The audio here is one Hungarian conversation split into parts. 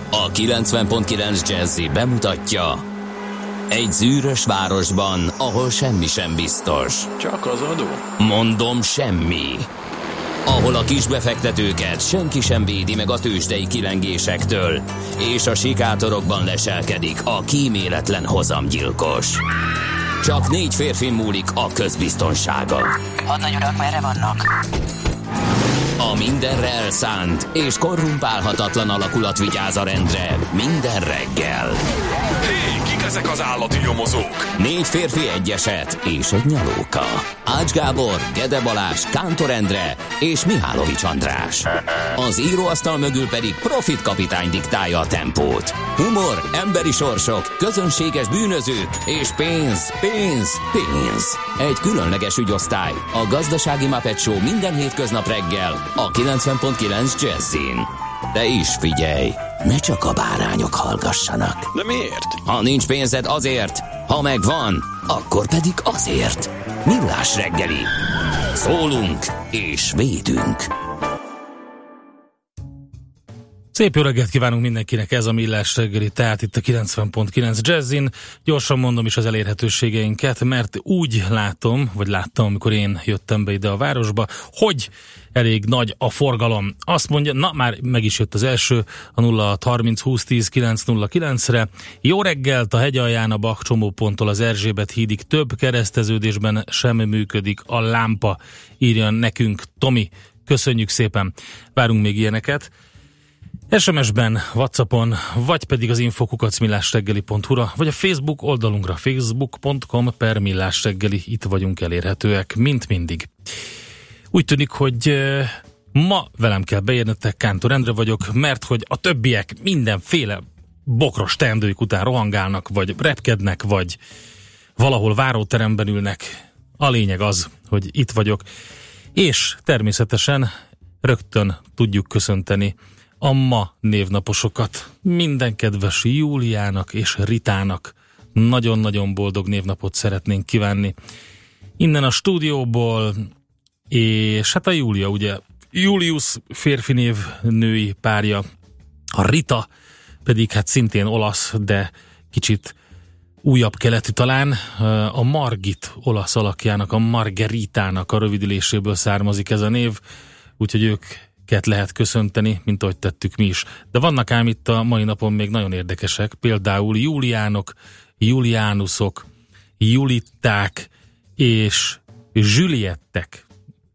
A 90.9 Jazzy bemutatja: egy zűrös városban, ahol semmi sem biztos. Csak az adó? Mondom, semmi. Ahol a kisbefektetőket senki sem védi meg a tőzsdei kilengésektől, és a sikátorokban leselkedik a kíméletlen hozamgyilkos. Csak 4 férfin múlik a közbiztonsága. Hadnagy urak, merre vannak? A mindenre elszánt és korrumpálhatatlan alakulat vigyáz a rendre minden reggel. Hé, kik ezek az állati nyomozók? 4 férfi, egy eset és egy nyalóka. Ács Gábor, Gede Balázs, Kántor Endre és Mihálovics András. Az íróasztal mögül pedig Profit kapitány diktálja a tempót. Humor, emberi sorsok, közönséges bűnözők és pénz, pénz, pénz. Egy különleges ügyosztály, a Gazdasági Muppet Show minden hétköznap reggel a 90.9 Jazzin. De is figyelj, ne csak a bárányok hallgassanak. De miért? Ha nincs pénzed, azért, ha megvan, akkor pedig azért. Millás reggeli. Szólunk és védünk. Szép jó reggelt kívánunk mindenkinek, ez a Millás reggeli, tehát itt a 90.9 Jazzin. Gyorsan mondom is az elérhetőségeinket, mert úgy láttam, amikor én jöttem be ide a városba, hogy elég nagy a forgalom. Azt mondja, na már meg is jött az első, a 0630 20 10 909-re. Jó reggelt, a hegyalján a Bach csomóponttól az Erzsébet hídig több kereszteződésben sem működik a lámpa, írja nekünk Tomi. Köszönjük szépen, várunk még ilyeneket. SMS-ben, WhatsAppon, vagy pedig az info@millásreggeli.hu-ra, vagy a Facebook oldalunkra, facebook.com/millásreggeli, itt vagyunk elérhetőek, mint mindig. Úgy tűnik, hogy ma velem kell beérnetek, Kántor Endre vagyok, mert hogy a többiek mindenféle bokros teendőik után rohangálnak, vagy repkednek, vagy valahol váróteremben ülnek. A lényeg az, hogy itt vagyok, és természetesen rögtön tudjuk köszönteni a ma névnaposokat. Minden kedves Júliának és Ritának nagyon-nagyon boldog névnapot szeretnénk kívánni innen a stúdióból, és hát a Júlia, ugye Julius férfi név, női párja, a Rita pedig hát szintén olasz, de kicsit újabb keletű talán, a Margit olasz alakjának, a Margeritának a rövidüléséből származik ez a név, úgyhogy őket lehet köszönteni, mint ahogy tettük mi is. De vannak ám itt a mai napon még nagyon érdekesek, például Juliánok, Juliánusok, Julitták és Juliettek.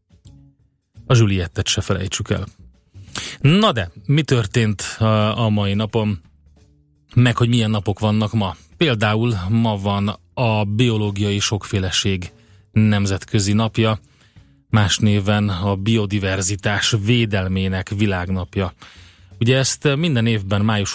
A Juliettet se felejtsük el. Na de, mi történt a mai napon, meg hogy milyen napok vannak ma? Például ma van a biológiai sokféleség nemzetközi napja, más néven a biodiverzitás védelmének világnapja. Ugye ezt minden évben május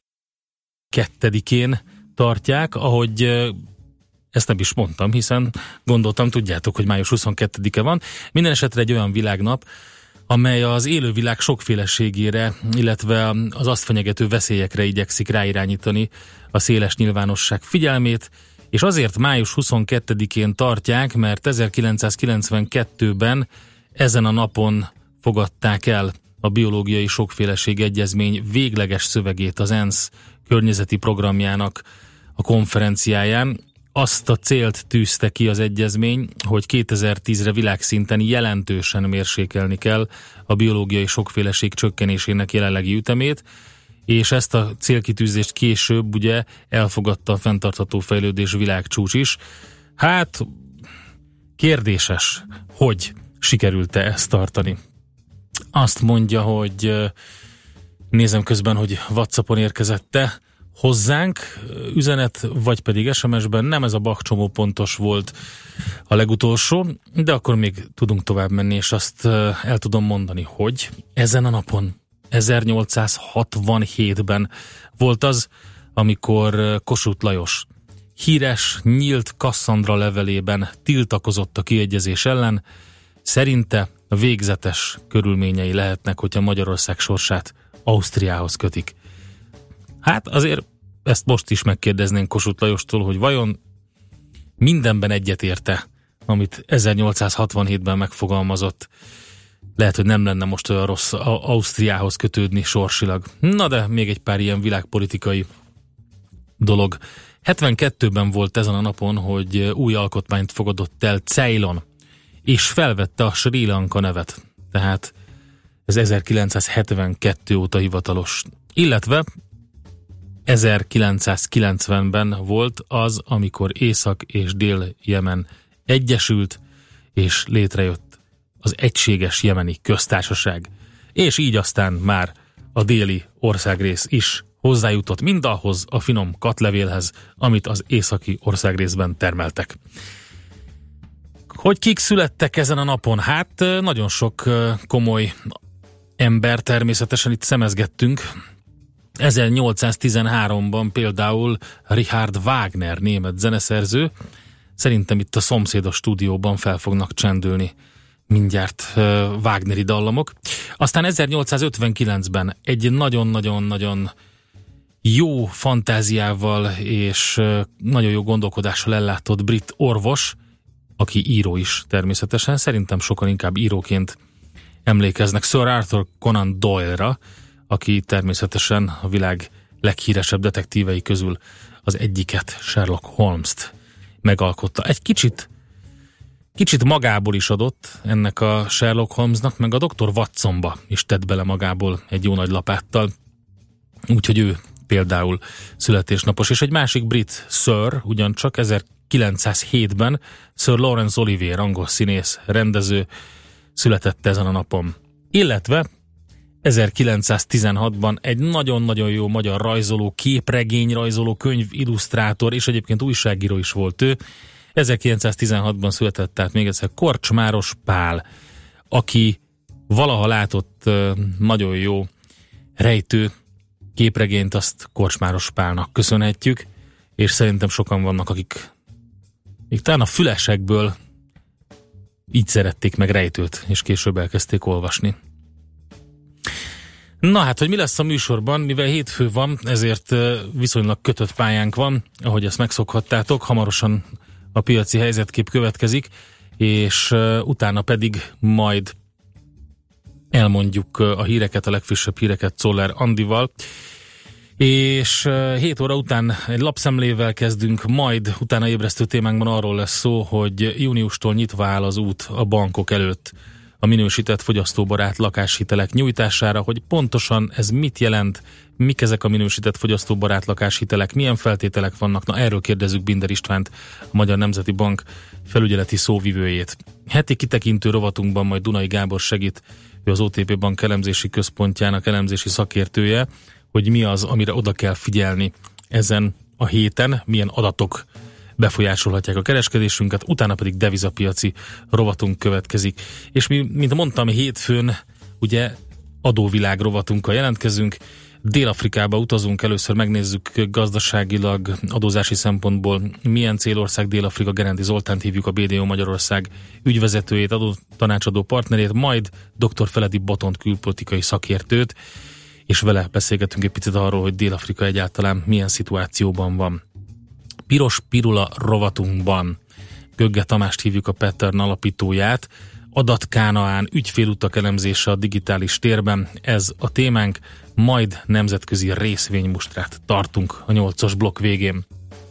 22-én tartják, ahogy ezt nem is mondtam, hiszen gondoltam, tudjátok, hogy május 22-e van. Minden esetre egy olyan világnap, amely az élővilág sokféleségére, illetve az azt fenyegető veszélyekre igyekszik ráirányítani a széles nyilvánosság figyelmét, és azért május 22-én tartják, mert 1992-ben ezen a napon fogadták el a biológiai sokféleség egyezmény végleges szövegét az ENSZ környezeti programjának a konferenciáján. Azt a célt tűzte ki az egyezmény, hogy 2010-re világszinten jelentősen mérsékelni kell a biológiai sokféleség csökkenésének jelenlegi ütemét, és ezt a célkitűzést később ugye elfogadta a fenntartható fejlődés világcsúcs is. Hát kérdéses, hogy sikerült-e ezt tartani. Azt mondja, hogy nézem közben, hogy WhatsAppon érkezette hozzánk üzenet, vagy pedig SMS-ben, nem ez a Bach csomópontos volt a legutolsó, de akkor még tudunk tovább menni, és azt el tudom mondani, hogy ezen a napon 1867-ben volt az, amikor Kossuth Lajos híres, nyílt Kasszandra levelében tiltakozott a kiegyezés ellen. Szerinte végzetes körülményei lehetnek, hogyha Magyarország sorsát Ausztriához kötik. Hát azért ezt most is megkérdeznénk Kossuth Lajostól, hogy vajon mindenben egyetérte, amit 1867-ben megfogalmazott. lehet, hogy nem lenne most olyan rossz Ausztriához kötődni sorsilag. Na de még egy pár ilyen világpolitikai dolog. 72-ben volt ezen a napon, hogy új alkotmányt fogadott el Ceylon, és felvette a Sri Lanka nevet. Tehát ez 1972 óta hivatalos. Illetve 1990-ben volt az, amikor Észak- és Dél-Jemen egyesült, és létrejött az egységes jemeni köztársaság. És így aztán már a déli országrész is hozzájutott mindahhoz a finom katlevélhez, amit az északi országrészben termeltek. Hogy kik születtek ezen a napon? Hát nagyon sok komoly ember, természetesen itt szemezgettünk. 1813-ban például Richard Wagner, német zeneszerző. Szerintem itt a szomszédos stúdióban fel fognak csendülni mindjárt Wagneri dallamok. Aztán 1859-ben egy nagyon-nagyon-nagyon jó fantáziával és nagyon jó gondolkodással ellátott brit orvos, aki író is természetesen, szerintem sokan inkább íróként emlékeznek Sir Arthur Conan Doyle-ra, aki természetesen a világ leghíresebb detektívei közül az egyiket, Sherlock Holmes-t megalkotta. Egy kicsit magából is adott ennek a Sherlock Holmesnak, meg a Dr. Watsonba is tett bele magából egy jó nagy lapáttal, úgyhogy ő például születésnapos. És egy másik brit Sir, ugyancsak 1907-ben Sir Laurence Olivier, angol színész, rendező született ezen a napon. Illetve 1916-ban egy nagyon-nagyon jó magyar rajzoló, képregényrajzoló, könyv illusztrátor, és egyébként újságíró is volt ő. 1916-ban született, tehát még egyszer Korcsmáros Pál, aki valaha látott nagyon jó rejtő képregényt, azt Korcsmáros Pálnak köszönhetjük, és szerintem sokan vannak, akik még talán a fülesekből így szerették meg rejtőt, és később elkezdték olvasni. Na hát, hogy mi lesz a műsorban, mivel hétfő van, ezért viszonylag kötött pályánk van, ahogy ezt megszokhattátok, hamarosan a piaci helyzetkép következik, és utána pedig majd elmondjuk a híreket, a legfrissebb híreket Czoller Andival, és 7 óra után egy lapszemlével kezdünk, majd utána ébresztő témánkban arról lesz szó, hogy júniustól nyitva áll az út a bankok előtt a minősített fogyasztóbarát lakáshitelek nyújtására, hogy pontosan ez mit jelent, mik ezek a minősített fogyasztóbarát lakáshitelek, milyen feltételek vannak. Na, erről kérdezzük Binder Istvánt, a Magyar Nemzeti Bank felügyeleti szóvivőjét. Heti kitekintő rovatunkban majd Dunai Gábor segít, ő az OTP Bank elemzési központjának elemzési szakértője, hogy mi az, amire oda kell figyelni ezen a héten, milyen adatok befolyásolhatják a kereskedésünket, utána pedig devizapiaci rovatunk következik. És mi, mint mondtam, hétfőn ugye adóvilág rovatunkkal jelentkezünk, Dél-Afrikába utazunk, először megnézzük gazdaságilag, adózási szempontból milyen célország Dél-Afrika. Gerendi Zoltánt hívjuk, a BDO Magyarország ügyvezetőjét, adótanácsadó partnerét, majd dr. Feledi Botont külpolitikai szakértőt, és vele beszélgetünk egy picit arról, hogy Dél-Afrika egyáltalán milyen szituációban van. Piros Pirula rovatunkban Gögge Tamást hívjuk, a Pattern alapítóját, adatkánaán, ügyfélutak elemzése a digitális térben, ez a témánk, majd nemzetközi részvénymustrát tartunk a 8-as blokk végén.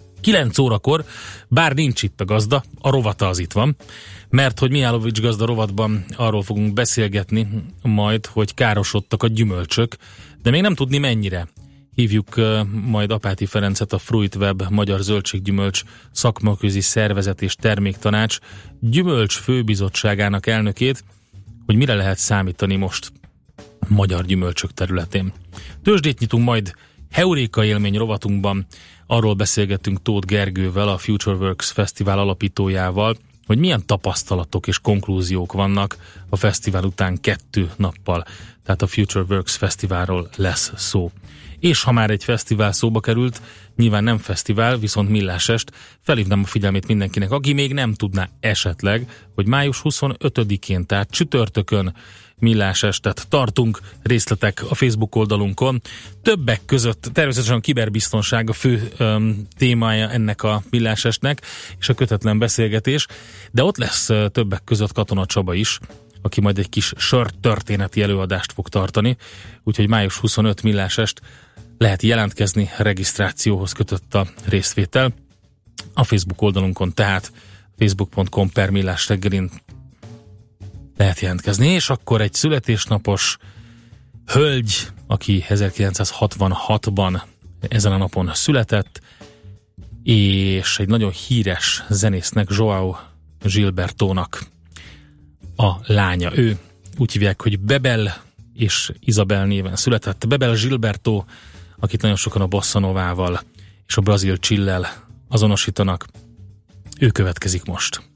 9 órakor, bár nincs itt a gazda, a rovata az itt van, mert hogy Mihálovics gazda rovatban arról fogunk beszélgetni majd, hogy károsodtak a gyümölcsök, de még nem tudni mennyire. Hívjuk majd Apáti Ferencet, a Fruitweb Magyar Zöldséggyümölcs Szakmaközi Szervezet és Terméktanács gyümölcs főbizottságának elnökét, hogy mire lehet számítani most magyar gyümölcsök területén. Tőzsdét nyitunk majd Heuréka élmény rovatunkban, arról beszélgettünk Tóth Gergővel, a FutureWorks Fesztivál alapítójával, hogy milyen tapasztalatok és konklúziók vannak a fesztivál után 2 nappal. Tehát a FutureWorks Fesztiválról lesz szó. És ha már egy fesztivál szóba került, nyilván nem fesztivál, viszont millásest, felhívnám a figyelmét mindenkinek, aki még nem tudná esetleg, hogy május 25-én, tehát csütörtökön millásestet tartunk, részletek a Facebook oldalunkon. Többek között természetesen a kiberbiztonság a fő témája ennek a millásestnek, és a kötetlen beszélgetés, de ott lesz többek között Katona Csaba is, aki majd egy kis sörtörténeti előadást fog tartani, úgyhogy május 25 Millás est lehet jelentkezni, regisztrációhoz kötött a részvétel. A Facebook oldalunkon tehát facebook.com/Millás reggelin lehet jelentkezni, és akkor egy születésnapos hölgy, aki 1966-ban ezen a napon született, és egy nagyon híres zenésznek, João Gilbertónak a lánya. Ő úgy hívják, hogy Bebel és Isabel néven született. Bebel Gilberto, akit nagyon sokan a bossa novával és a brazil chillel azonosítanak. Ő következik most.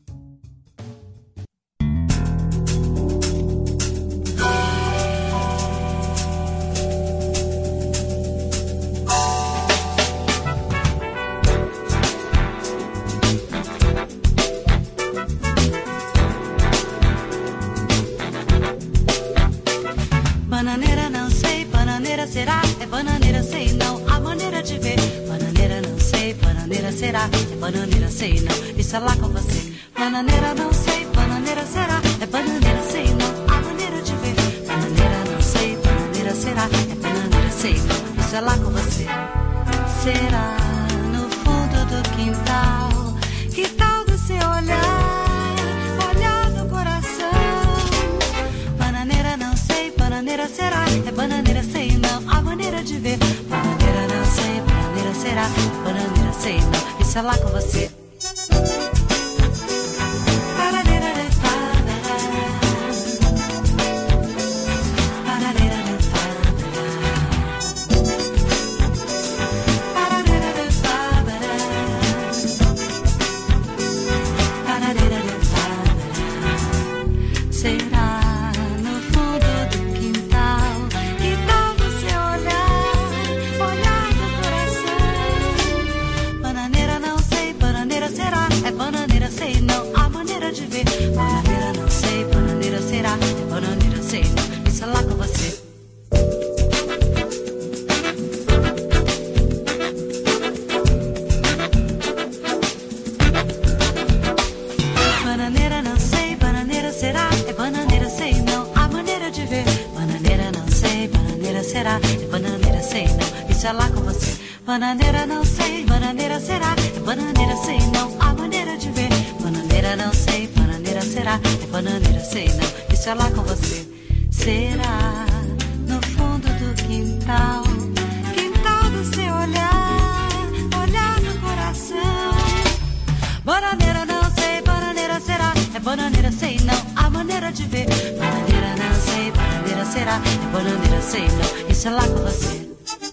Bananeira não sei, bananeira será, é bananeira sei não, a maneira de ver. Bananeira não sei, bananeira será, é bananeira sei não, isso é lá com você. Bananeira não sei, bananeira será, é bananeira sei não, a maneira de ver. Bananeira não sei, bananeira será, é bananeira sei não, isso é lá com você. Será no fundo do quintal, que tal do seu olhar, olhar do coração. Bananeira não sei, bananeira será, é bananeira sei não, a maneira de ver. Bananeira não sei, bananeira será, é bananeira sei não, isso é lá com você. Bananeira não sei, bananeira será, é bananeira sei não, a maneira de ver. Bananeira não sei, bananeira será, é bananeira sei não, isso é lá com você. Será no fundo do quintal, quintal do seu olhar, olhar no coração. Bananeira não sei, bananeira será, é bananeira sei não, a maneira de ver. Bananeira não sei, bananeira será, é bananeira sei não, isso é lá com você.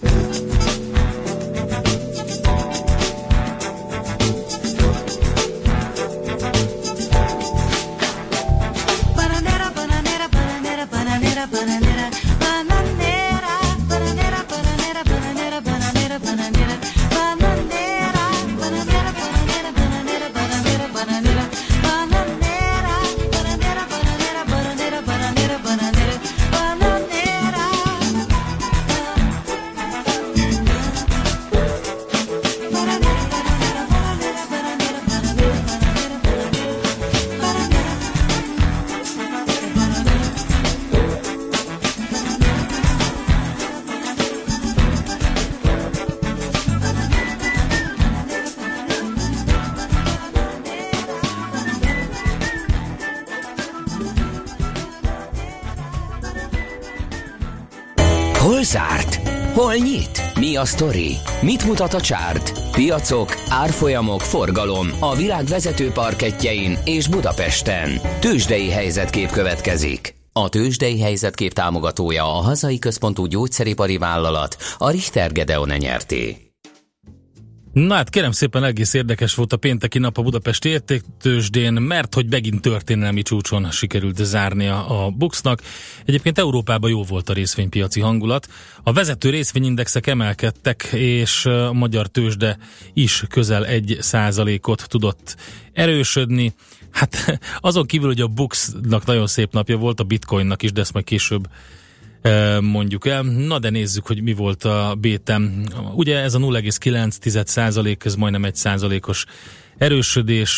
Hol zárt? Hol nyit? Mi a sztori? Mit mutat a csárt? Piacok, árfolyamok, forgalom a világ vezető parkettjein és Budapesten. Tőzsdei helyzetkép következik. A Tőzsdei helyzetkép támogatója a hazai központú gyógyszeripari vállalat, a Richter Gedeon nyerté. Na hát kérem szépen, egész érdekes volt a pénteki nap a budapesti értéktőzsdén, mert hogy megint történelmi csúcson sikerült zárnia a BUX-nak. Egyébként Európában jó volt a részvénypiaci hangulat. A vezető részvényindexek emelkedtek, és a magyar tőzsde is közel 1%-ot tudott erősödni. Hát azon kívül, hogy a BUX-nak nagyon szép napja volt, a Bitcoinnak is, de ezt majd később mondjuk el. Na de nézzük, hogy mi volt a BTM. Ugye ez a 0,9%, ez majdnem 1%-os erősödés,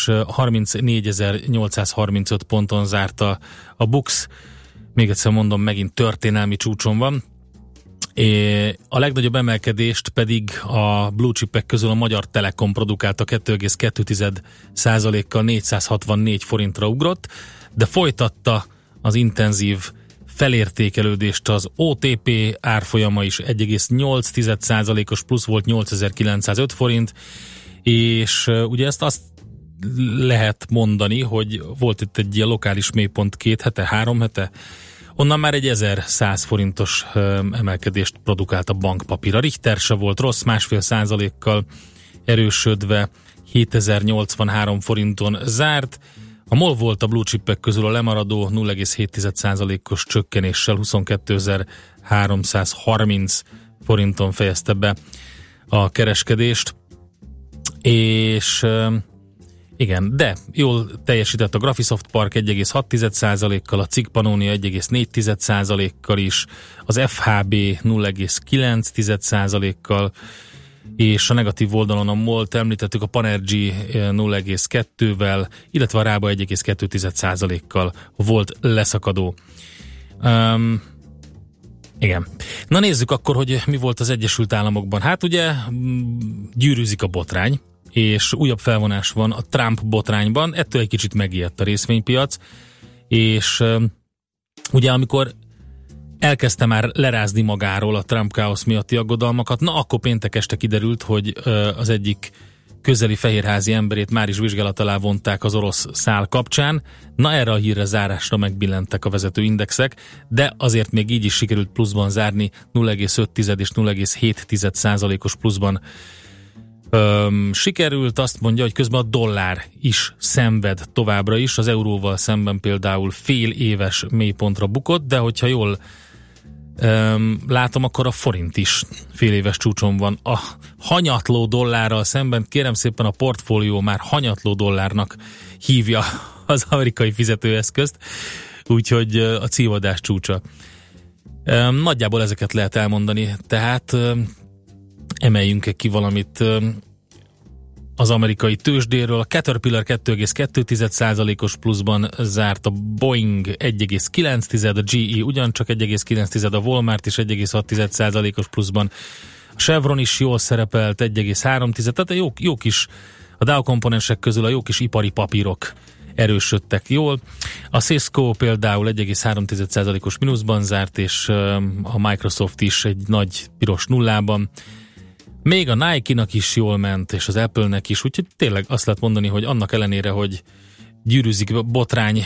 34.835 ponton zárta a BUX. Még egyszer mondom, megint történelmi csúcson van. A legnagyobb emelkedést pedig a blue chipek közül a Magyar Telekom produkálta, 2,2%-kal 464 forintra ugrott, de folytatta az intenzív felértékelődést az OTP árfolyama is, 1,8%-os plusz volt, 8905 forint, és ugye ezt azt lehet mondani, hogy volt itt egy ilyen lokális mélypont 3 hete, onnan már egy 1100 forintos emelkedést produkált a bankpapír. A Richter se volt rossz, 1,5%-kal erősödve 7083 forinton zárt. A MOL volt a blue chipek közül a lemaradó, 0,7%-os csökkenéssel 22.330 forinton fejezte be a kereskedést, és igen, de jól teljesített a Graphisoft Park 1,6%-kal, a Cig Pannonia 1,4%-kal is, az FHB 0,9%-kal, és a negatív oldalon a MOL-t említettük, a Panergy 0,2-vel, illetve a Rába 1,2%-kal volt leszakadó. Igen. Na nézzük akkor, hogy mi volt az Egyesült Államokban. Hát ugye gyűrűzik a botrány, és újabb felvonás van a Trump botrányban, ettől egy kicsit megijedt a részvénypiac, és ugye amikor elkezdte már lerázni magáról a Trump káosz miatti aggodalmakat, na akkor péntek este kiderült, hogy az egyik közeli fehérházi emberét már is vizsgálat alá vonták az orosz szál kapcsán. Na erre a hírre zárásra megbillentek a vezető indexek, de azért még így is sikerült pluszban zárni, 0,5 és 0,7%-os pluszban sikerült. Azt mondja, hogy közben a dollár is szenved továbbra is, az euróval szemben például fél éves mélypontra bukott, de hogyha jól látom, akkor a forint is fél éves csúcson van. A hanyatló dollárral szemben, kérem szépen, a portfólió már hanyatló dollárnak hívja az amerikai fizetőeszközt, úgyhogy a cívadás csúcsa. Nagyjából ezeket lehet elmondani, tehát emeljünk ki valamit az amerikai tőzsdéről. A Caterpillar 2,2%-os pluszban zárt, a Boeing 1,9%, a GE ugyancsak 1,9%, a Walmart is 1,6%-os pluszban, a Chevron is jól szerepelt, 1,3%, tehát jó kis, a Dow komponensek közül a jó kis ipari papírok erősödtek jól. A Cisco például 1,3%-os mínuszban zárt, és a Microsoft is egy nagy piros nullában. Még a Nike-nak is jól ment, és az Apple-nek is, úgyhogy tényleg azt lehet mondani, hogy annak ellenére, hogy gyűrűzik botrány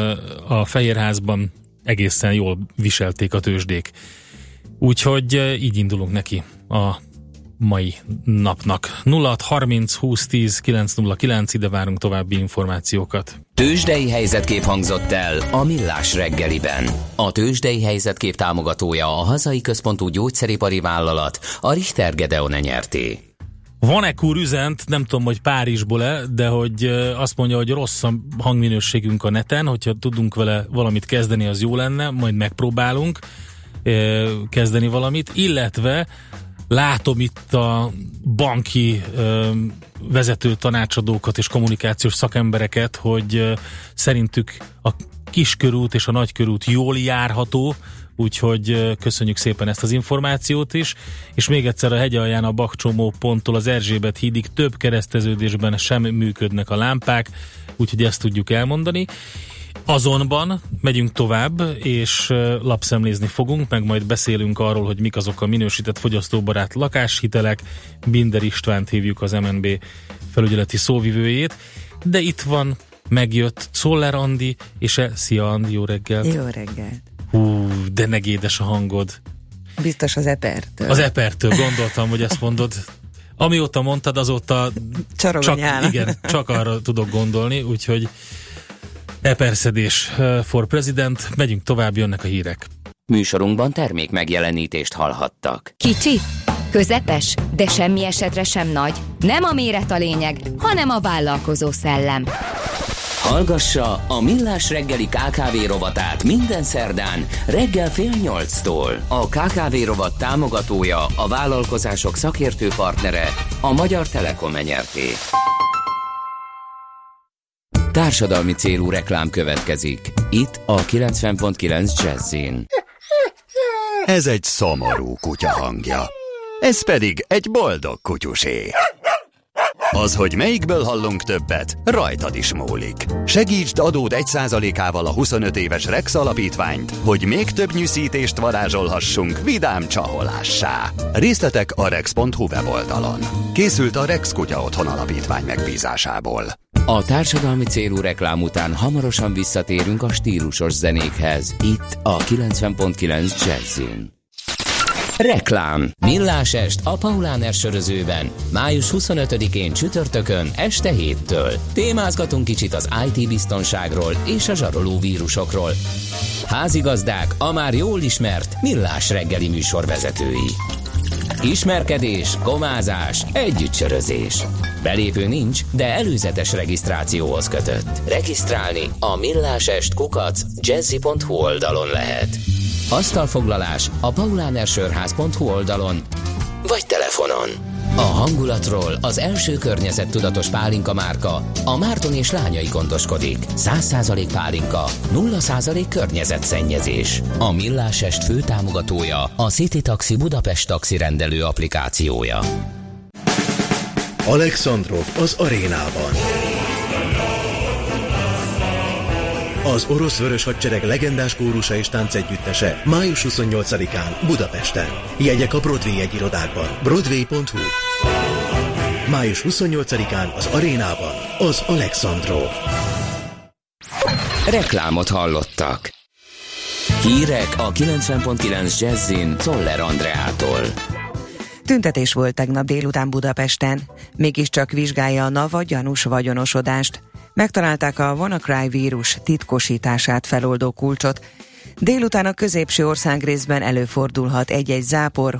a Fehérházban, egészen jól viselték a tőzsdék. Úgyhogy így indulunk neki a mai napnak. 0630 20 10 909, ide várunk további információkat. Tőzsdei helyzetkép hangzott el a Millás reggeliben. A Tőzsdei helyzetkép támogatója a hazai központú gyógyszeripari vállalat, a Richter Gedeon nyerté. Vanek úr üzent, nem tudom, hogy Párizsból-e, de hogy azt mondja, hogy rossz a hangminőségünk a neten, hogyha tudunk vele valamit kezdeni, az jó lenne, majd megpróbálunk kezdeni valamit, illetve látom itt a banki vezető tanácsadókat és kommunikációs szakembereket, hogy szerintük a kiskörút és a nagykörút jól járható, úgyhogy köszönjük szépen ezt az információt is, és még egyszer a hegy alján a Bakcsomó ponttól az Erzsébet hídig több kereszteződésben sem működnek a lámpák, úgyhogy ezt tudjuk elmondani. Azonban megyünk tovább, és lapszemlézni fogunk, meg majd beszélünk arról, hogy mik azok a minősített fogyasztóbarát lakáshitelek. Binder Istvánt hívjuk, az MNB felügyeleti szóvivőjét, de itt van, megjött Czoller Andi, és szia Andi, jó reggelt! Jó reggelt! De negédes a hangod. Biztos az Epertől. Az Epertől, gondoltam, hogy ezt mondod. Amióta mondtad, azóta csak arra tudok gondolni, úgyhogy eperszedés for president. Megyünk tovább, jönnek a hírek. Műsorunkban termék megjelenítést hallhattak. Kicsi, közepes, de semmi esetre sem nagy. Nem a méret a lényeg, hanem a vállalkozó szellem. Hallgassa a Millás reggeli KKV rovatát minden szerdán reggel 7:30-tól. A KKV rovat támogatója, a vállalkozások szakértő partnere, a Magyar Telekom nyerté. Társadalmi célú reklám következik. Itt a 90.9 Jazzin. Ez egy szomorú kutya hangja. Ez pedig egy boldog kutyusé. Az, hogy melyikből hallunk többet, rajtad is múlik. Segítsd adód 1%-ával a 25 éves Rex alapítványt, hogy még több nyűszítést varázsolhassunk vidám csaholássá. Részletek a rex.hu weboldalon. Készült a Rex Kutya Otthon Alapítvány megbízásából. A társadalmi célú reklám után hamarosan visszatérünk a stílusos zenékhez. Itt a 90.9 Jazzin. Reklám. Millás est a Paulaner sörözőben. Május 25-én csütörtökön este 7-től. Témázgatunk kicsit az IT biztonságról és a zsaroló vírusokról. Házigazdák a már jól ismert Millás reggeli műsorvezetői. Ismerkedés, komázás, együttsörözés. Belépő nincs, de előzetes regisztrációhoz kötött. Regisztrálni a millásest@jazzy.hu oldalon lehet. Asztalfoglalás a paulanersörház.hu oldalon vagy telefonon. A hangulatról az első környezettudatos pálinka márka, a Márton és lányai gondoskodik. 100% pálinka, 0% környezetszennyezés. A Millásest főtámogatója a City Taxi Budapest taxi rendelő applikációja. Alexandrov az arénában. Az orosz vörös hadsereg legendás kórusa és táncegyüttese május 28-án Budapesten. Jegyek a Broadway jegyirodákban. Broadway.hu. Május 28-án az arénában az Alexandrov. Reklámot hallottak. Hírek a 90.9 Jazzin Czoller Andreától. Tüntetés volt tegnap délután Budapesten. Mégiscsak vizsgálja a NAV a gyanús vagyonosodást. Megtalálták a WannaCry vírus titkosítását feloldó kulcsot. Délután a középső országrészben előfordulhat egy-egy zápor,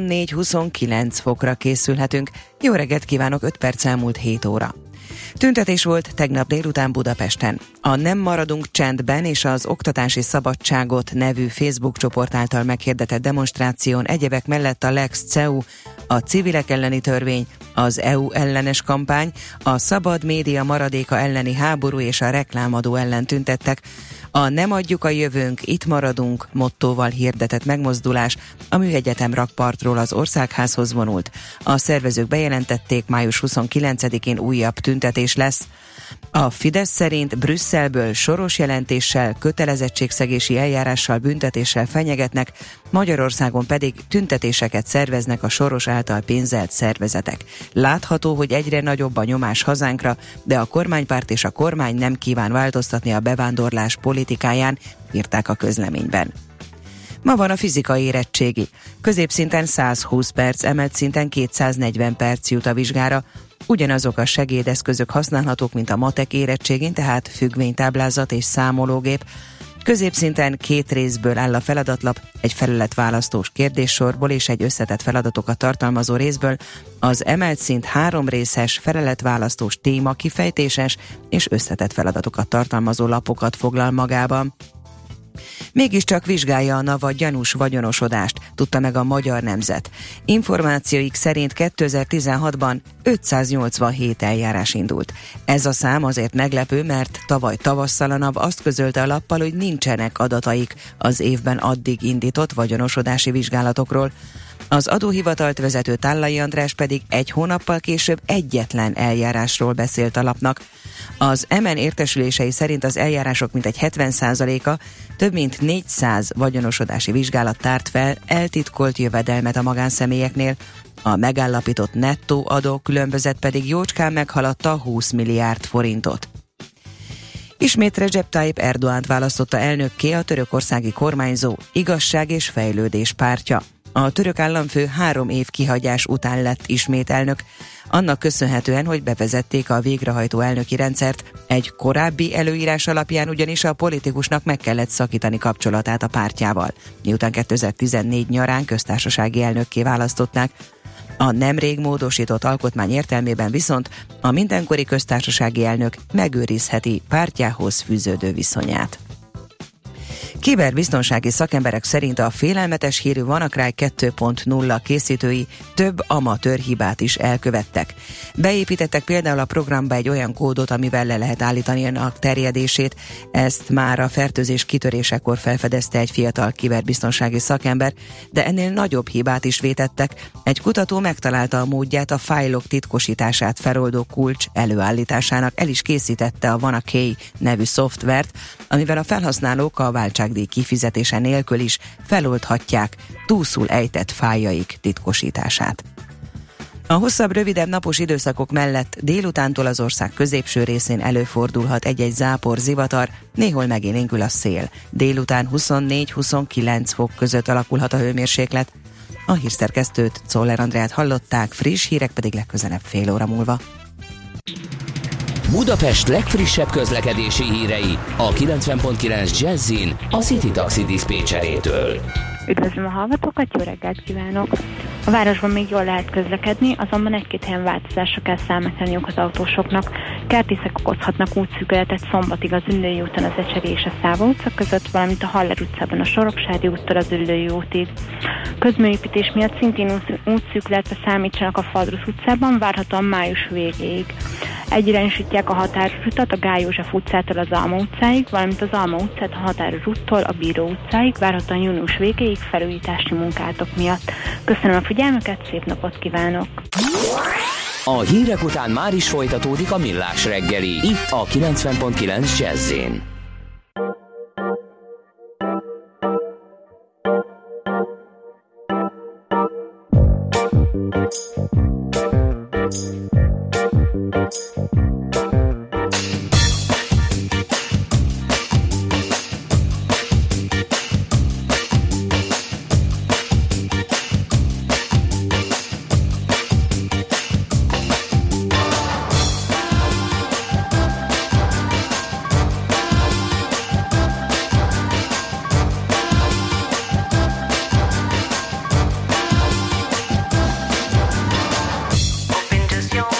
24-29 fokra készülhetünk. Jó reggelt kívánok, 5 perc elmúlt 7 óra. Tüntetés volt tegnap délután Budapesten. A Nem maradunk csendben és az Oktatási Szabadságot nevű Facebook csoport által meghirdetett demonstráción egyebek mellett a Lex CEU, a civilek elleni törvény, az EU ellenes kampány, a szabad média maradéka elleni háború és a reklámadó ellen tüntettek. A Nem adjuk a jövőnk, itt maradunk mottóval hirdetett megmozdulás a Műegyetem rakpartról az Országházhoz vonult. A szervezők bejelentették, május 29-én újabb tüntetés lesz. A Fidesz szerint Brüsszelből soros jelentéssel, kötelezettségszegési eljárással, büntetéssel fenyegetnek, Magyarországon pedig tüntetéseket szerveznek a Soros által pénzelt szervezetek. Látható, hogy egyre nagyobb a nyomás hazánkra, de a kormánypárt és a kormány nem kíván változtatni a bevándorlás politikáján, írták a közleményben. Ma van a fizikai érettségi. Középszinten 120 perc, emelt szinten 240 perc jut a vizsgára. Ugyanazok a segédeszközök használhatók, mint a matek érettségén, tehát függvénytáblázat és számológép. Középszinten 2 részből áll a feladatlap, egy feleletválasztós kérdéssorból és egy összetett feladatokat tartalmazó részből. Az emelt szint 3 részes, feleletválasztós, témakifejtéses és összetett feladatokat tartalmazó lapokat foglal magában. Mégiscsak vizsgálja a NAV a gyanús vagyonosodást, tudta meg a Magyar Nemzet. Információik szerint 2016-ban 587 eljárás indult. Ez a szám azért meglepő, mert tavaly tavasszal a NAV azt közölte a lappal, hogy nincsenek adataik az évben addig indított vagyonosodási vizsgálatokról. Az adóhivatalt vezető Tállai András pedig 1 hónappal később egyetlen eljárásról beszélt a lapnak. Az MN értesülései szerint az eljárások mintegy 70%-a, több mint 400 vagyonosodási vizsgálat tárt fel eltitkolt jövedelmet a magánszemélyeknél, a megállapított nettó adó különbözet pedig jócskán meghaladta 20 milliárd forintot. Ismét Recep Tayyip Erdoğant választotta elnökké a törökországi kormányzó Igazság és Fejlődés pártja. A török államfő 3 év kihagyás után lett ismét elnök, annak köszönhetően, hogy bevezették a végrehajtó elnöki rendszert. Egy korábbi előírás alapján ugyanis a politikusnak meg kellett szakítani kapcsolatát a pártjával, miután 2014 nyarán köztársasági elnökké választották. A nemrég módosított alkotmány értelmében viszont a mindenkori köztársasági elnök megőrizheti pártjához fűződő viszonyát. Kiberbiztonsági szakemberek szerint a félelmetes hírű WannaCry 2.0 készítői több amatőr hibát is elkövettek. Beépítettek például a programba egy olyan kódot, amivel le lehet állítani a terjedését. Ezt már a fertőzés kitörésekor felfedezte egy fiatal kiberbiztonsági szakember, de ennél nagyobb hibát is vétettek. Egy kutató megtalálta a módját a fájlok titkosítását feloldó kulcs előállításának, el is készítette a WannaKey nevű szoftvert, amivel a felhasználók a váltságdíj kifizetése nélkül is feloldhatják túlszul ejtett fájljaik titkosítását. A hosszabb, rövidebb napos időszakok mellett délutántól az ország középső részén előfordulhat egy-egy zápor, zivatar, néhol megélénkül a szél. Délután 24-29 fok között alakulhat a hőmérséklet. A hírszerkesztőt, Czoller Andreát hallották, friss hírek pedig legközelebb fél óra múlva. Budapest legfrissebb közlekedési hírei a 90.9 Jazzin a City Taxi diszpécserétől. Üdvözlöm a hallgatókat, jó reggelt kívánok! A városban még jól lehet közlekedni, azonban egy-két helyen változásra kell számítaniuk az autósoknak. Kertészek okozhatnak útszűkületet Szombatig az Üllői úton az Ecseri és a Száva utca között, valamint a Haller utcában a Soroksári úttól az Üllői útig. Közműépítés miatt szintén útszűkületre számítsanak a Faldrusz utcában, várhatóan május végéig. Egyirányosítják a határutat a Gály József utcától az Alma utcáig, valamint az Alma utcát a határúttól a Bíró utcáig, várhatóan június végéig felújítási munkálatok miatt. Köszönöm a figyelmüket, szép napot kívánok! A hírek után már is folytatódik a Millás reggeli, itt a 90.9 Jazz-én. Open just your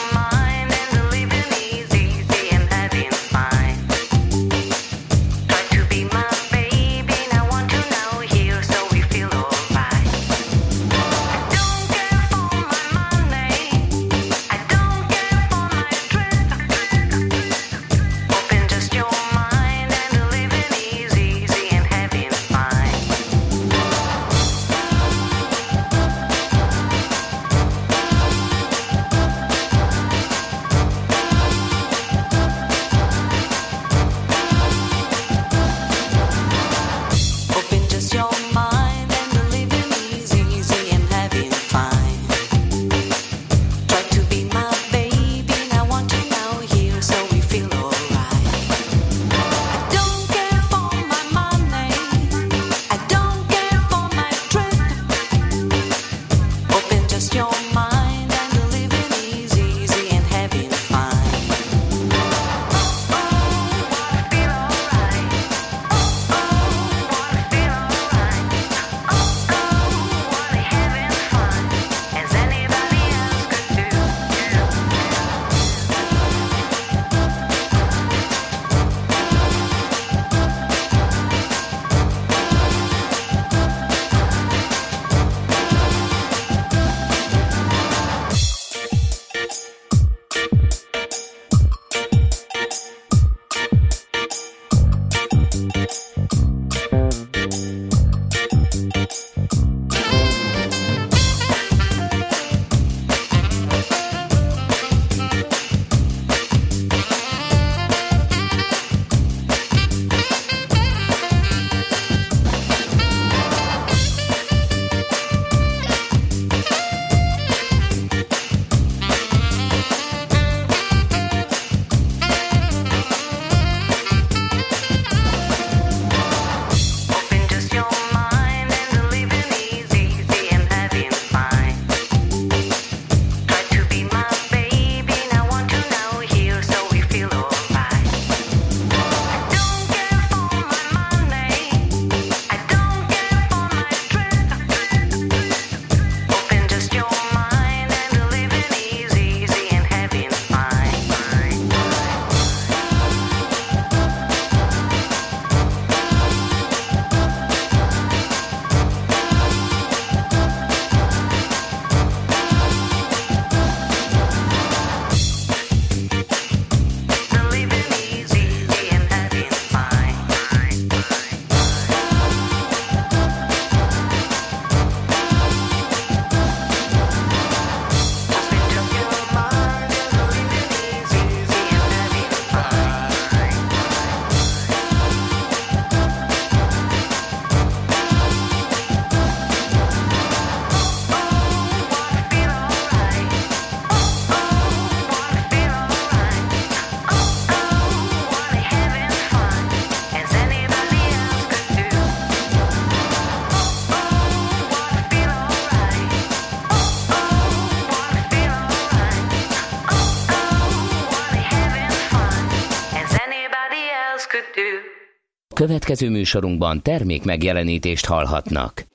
Következő műsorunkban termék megjelenítést hallhatnak.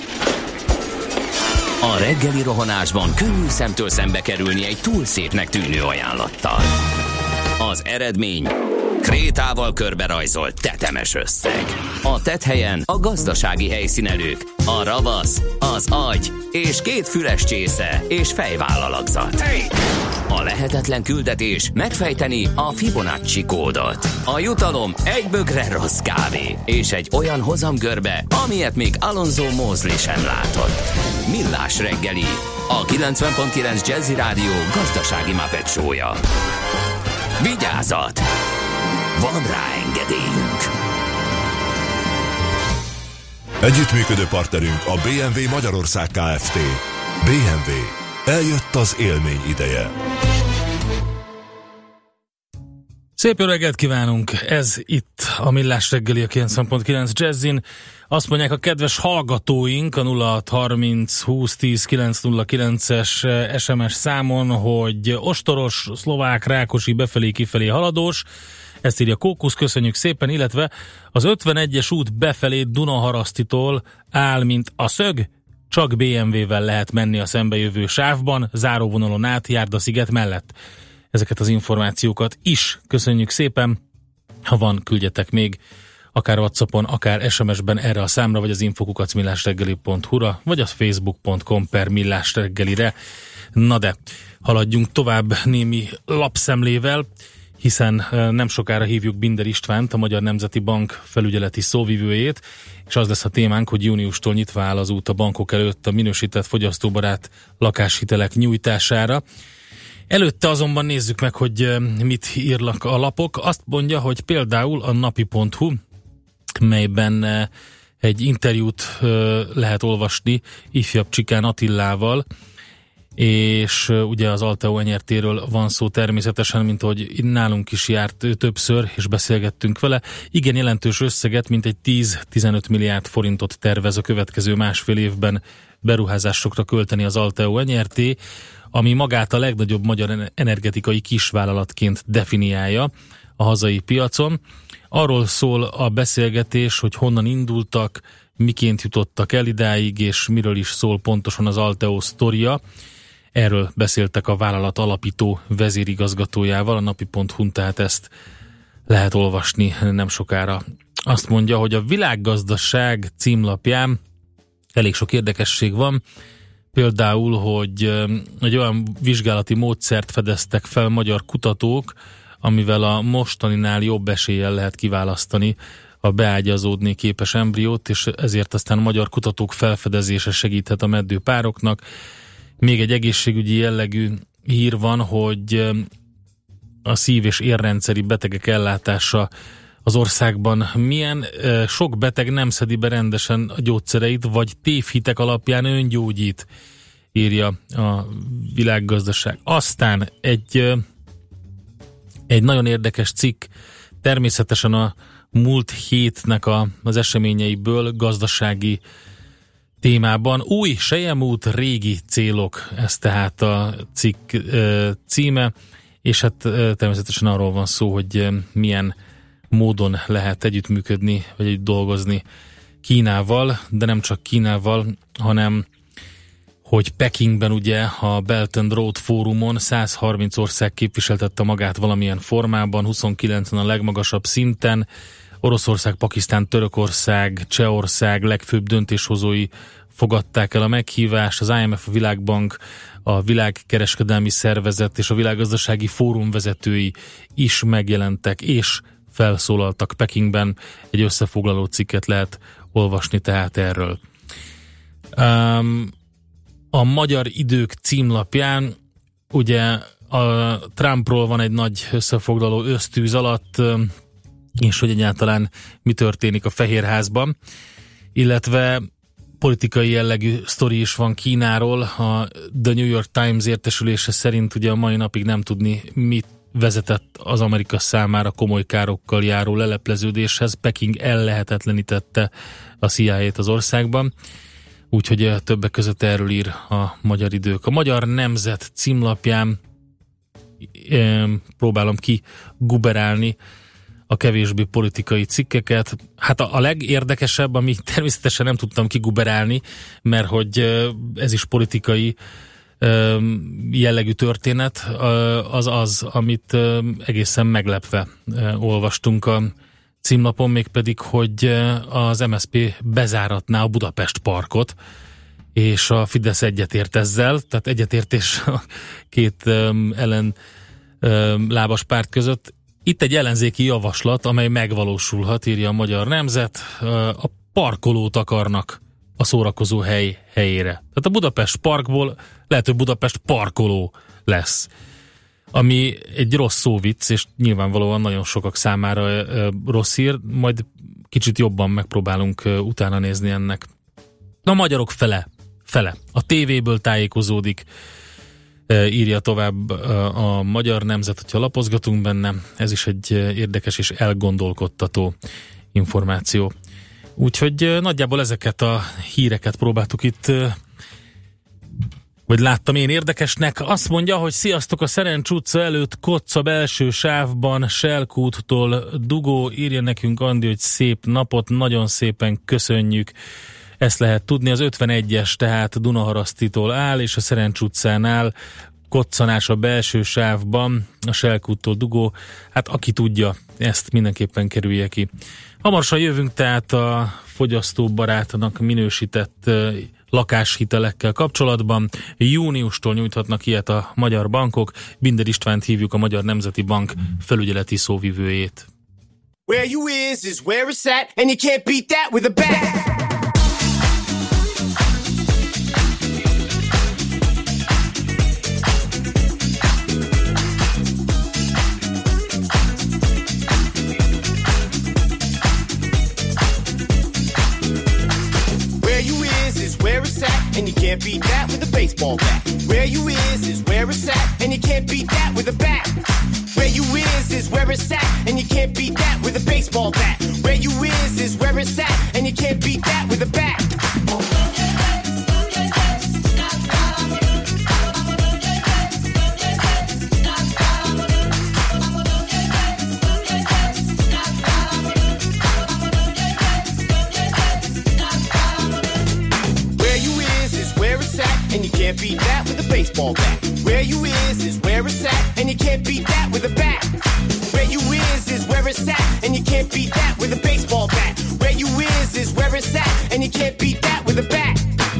A reggeli rohanásban könnyű szemtől szembe kerülni egy túl szépnek tűnő ajánlattal. Az eredmény krétával körberajzolt tetemes összeg. A tetthelyen a gazdasági helyszínelők, a ravasz, az agy és 2 füles csésze és fejvállalakzat. A lehetetlen küldetés megfejteni a Fibonacci kódot. A jutalom egy bögre rossz kávé és egy olyan hozamgörbe, amilyet még Alonso Mosley sem látott. Millás reggeli, a 90.9 Jazzy Rádió gazdasági Muppet show-ja. Vigyázat! Van rá engedélyünk! Együttműködő partnerünk a BMW Magyarország Kft. BMW. Eljött az élmény ideje. Szép jó reggelt kívánunk! Ez itt a Millás reggeli, a 90.9 Jazzin. Azt mondják a kedves hallgatóink a 0630 2010 909-es SMS számon, hogy ostoros, szlovák, Rákosi befelé-kifelé haladós. Ezt írja Kókusz, köszönjük szépen, illetve az 51-es út befelé Dunaharasztitól áll, mint a szög, csak BMW-vel lehet menni a szembejövő sávban, záróvonalon át, Járda-sziget mellett. Ezeket az információkat is köszönjük szépen. Ha van, küldjetek még akár WhatsAppon, akár SMS-ben erre a számra, vagy az info@millásreggeli.hu-ra, vagy az facebook.com/millásreggelire. Na de, haladjunk tovább némi lapszemlével, hiszen nem sokára hívjuk Binder Istvánt, a Magyar Nemzeti Bank felügyeleti szóvivőjét, és az lesz a témánk, hogy júniustól nyitva áll az út a bankok előtt a minősített fogyasztóbarát lakáshitelek nyújtására. Előtte azonban nézzük meg, hogy mit írnak a lapok. Azt mondja, hogy például a napi.hu, melyben egy interjút lehet olvasni ifjabb Csikán Attilával, és ugye az Alteo NRT-ről van szó természetesen, mint ahogy nálunk is járt többször, és beszélgettünk vele. Igen, jelentős összeget, mint egy 10-15 milliárd forintot tervez a következő másfél évben beruházásokra költeni az Alteo NRT, ami magát a legnagyobb magyar energetikai kisvállalatként definiálja a hazai piacon. Arról szól a beszélgetés, hogy honnan indultak, miként jutottak el idáig, és miről is szól pontosan az Alteo sztoria. Erről beszéltek a vállalat alapító vezérigazgatójával, a napi.hu-n, tehát ezt lehet olvasni nem sokára. Azt mondja, hogy a Világgazdaság címlapján elég sok érdekesség van, például, hogy egy olyan vizsgálati módszert fedeztek fel magyar kutatók, amivel a mostaninál jobb eséllyel lehet kiválasztani a beágyazódni képes embriót, és ezért aztán a magyar kutatók felfedezése segíthet a meddőpároknak. Még egy egészségügyi jellegű hír van, hogy a szív- és érrendszeri betegek ellátása az országban milyen. Sok beteg nem szedi be rendesen a gyógyszereit, vagy tévhitek alapján öngyógyít, írja a Világgazdaság. Aztán egy nagyon érdekes cikk, természetesen a múlt hétnek az eseményeiből gazdasági témában. Új selyemút, régi célok, ez tehát a cikk címe, és hát természetesen arról van szó, hogy milyen módon lehet együttműködni, vagy együtt dolgozni Kínával, de nem csak Kínával, hanem hogy Pekingben ugye a Belt and Road fórumon 130 ország képviseltette magát valamilyen formában, 29-en a legmagasabb szinten, Oroszország, Pakisztán, Törökország, Csehország legfőbb döntéshozói fogadták el a meghívást, az IMF, a Világbank, a Világkereskedelmi Szervezet és a Világgazdasági Fórum vezetői is megjelentek és felszólaltak Pekingben. Egy összefoglaló cikket lehet olvasni tehát erről. A Magyar Idők címlapján ugye a Trumpról van egy nagy összefoglaló ösztűz alatt, és hogy egyáltalán mi történik a Fehérházban, illetve politikai jellegű sztori is van Kínáról. A The New York Times értesülése szerint ugye a mai napig nem tudni, mit vezetett az Amerika számára komoly károkkal járó lelepleződéshez. Peking ellehetetlenítette a CIA-t az országban, úgyhogy többek között erről ír a Magyar Idők. A Magyar Nemzet címlapján próbálom ki guberálni a kevésbé politikai cikkeket. Hát a legérdekesebb, ami természetesen nem tudtam kiguberálni, mert hogy ez is politikai jellegű történet, az, amit egészen meglepve olvastunk a címlapon, mégpedig, hogy az MSZP bezáratná a Budapest Parkot, és a Fidesz egyetért ezzel, tehát egyetértés a két lábas párt között. Itt egy ellenzéki javaslat, amely megvalósulhat, írja a Magyar Nemzet. A parkolót akarnak a szórakozó helyére. Tehát a Budapest Parkból lehet, hogy Budapest parkoló lesz. Ami egy rossz szóvicc, és nyilvánvalóan nagyon sokak számára rossz hír, majd kicsit jobban megpróbálunk utána nézni ennek. A magyarok fele a tévéből tájékozódik, írja tovább a Magyar Nemzet, hogyha lapozgatunk benne. Ez is egy érdekes és elgondolkodtató információ. Úgyhogy nagyjából ezeket a híreket próbáltuk itt, vagy láttam én érdekesnek. Azt mondja, hogy sziasztok, a Szerencs utca előtt Kocca belső sávban, Selkúttól dugó, írja nekünk Andi, hogy szép napot, nagyon szépen köszönjük. Ezt lehet tudni, az 51-es tehát Dunaharasztitól áll, és a Szerencs utcánál koccanás a belső sávban, a Selkúttól dugó. Hát aki tudja, ezt mindenképpen kerülje ki. Hamarosan jövünk tehát a fogyasztóbarátnak minősített lakáshitelekkel kapcsolatban. Júniustól nyújthatnak ilyet a magyar bankok. Binder Istvánt hívjuk, a Magyar Nemzeti Bank felügyeleti szóvivőjét. Where you is where it's at, and you can't beat that with a bat. Where it's at, and you can't beat that with a baseball bat. Where you is where it's at, and you can't beat that with a bat. Where you is where it's at, and you can't beat that with a baseball bat. Where you is where it's at, and you can't beat that with a bat. And you can't beat that with a baseball bat. Where you is where it's at, and you can't beat that with a bat. Where you is where it's at, and you can't beat that with a baseball bat. Where you is where it's at, and you can't beat that with a bat.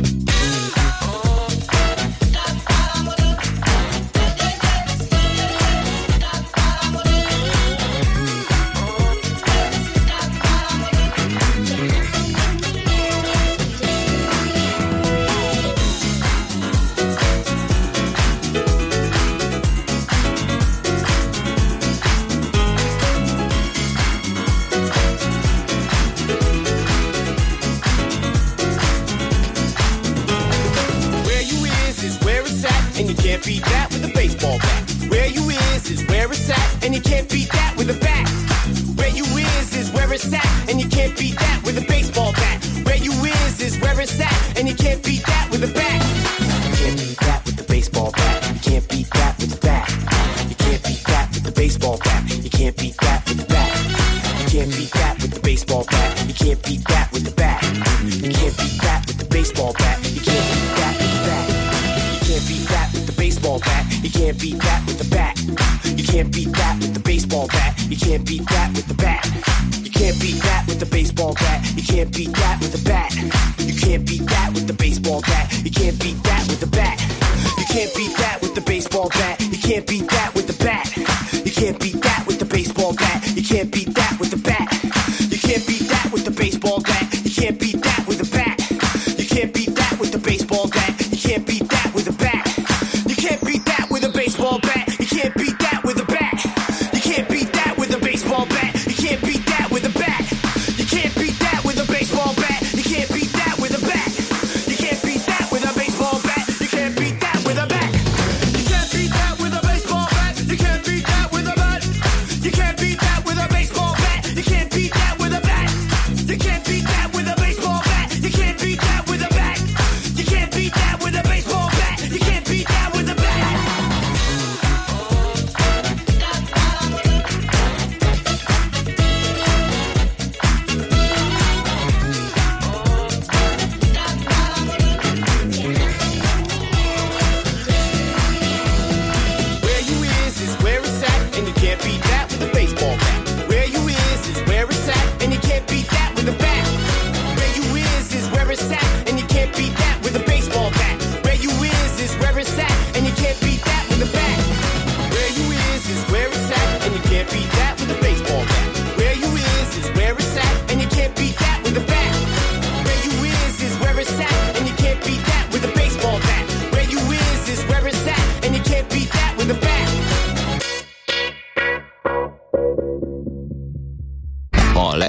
Can't beat that with a baseball bat. Where you is where it's at, and you can't beat that with a bat. Where you is where it's at, and you can't beat that with a baseball bat. Where you is where it's at, and you can't beat that with a bat. You can't beat that with the baseball bat. You can't beat that with the bat. You can't beat that with the baseball bat. You can't beat that with the bat. You can't beat that with the baseball bat. You can't beat that with the bat. You can't beat that with the baseball bat. You can't beat that with the bat. You can't beat that with the baseball bat. You can't beat that with the bat. You can't beat that with the baseball bat. You can't beat that with the bat. You can't beat that with the baseball bat. You can't beat that with the bat. You can't beat that with the baseball bat. You can't beat that with the bat. You can't beat that with the baseball bat. You can't beat that with the bat. You can't beat that with the baseball bat. You can't beat that with the bat. You can't beat that with the baseball bat. You can't beat that with the bat. You can't beat that with the baseball bat. You can't beat that with a bat. You can't beat that with a baseball bat. You can't beat that with a bat. You can't beat that with a baseball bat. You can't beat that with a bat. You can't beat that with a baseball bat. You can't beat that with a bat. You can't beat that with a baseball bat. You can't beat that with a bat. You can't beat that with a baseball bat. You can't beat that with a bat. You can't beat that with a baseball bat. You can't beat that with a bat. You can't beat that with a baseball bat. You can't beat that with a bat. You can't beat that with a baseball bat.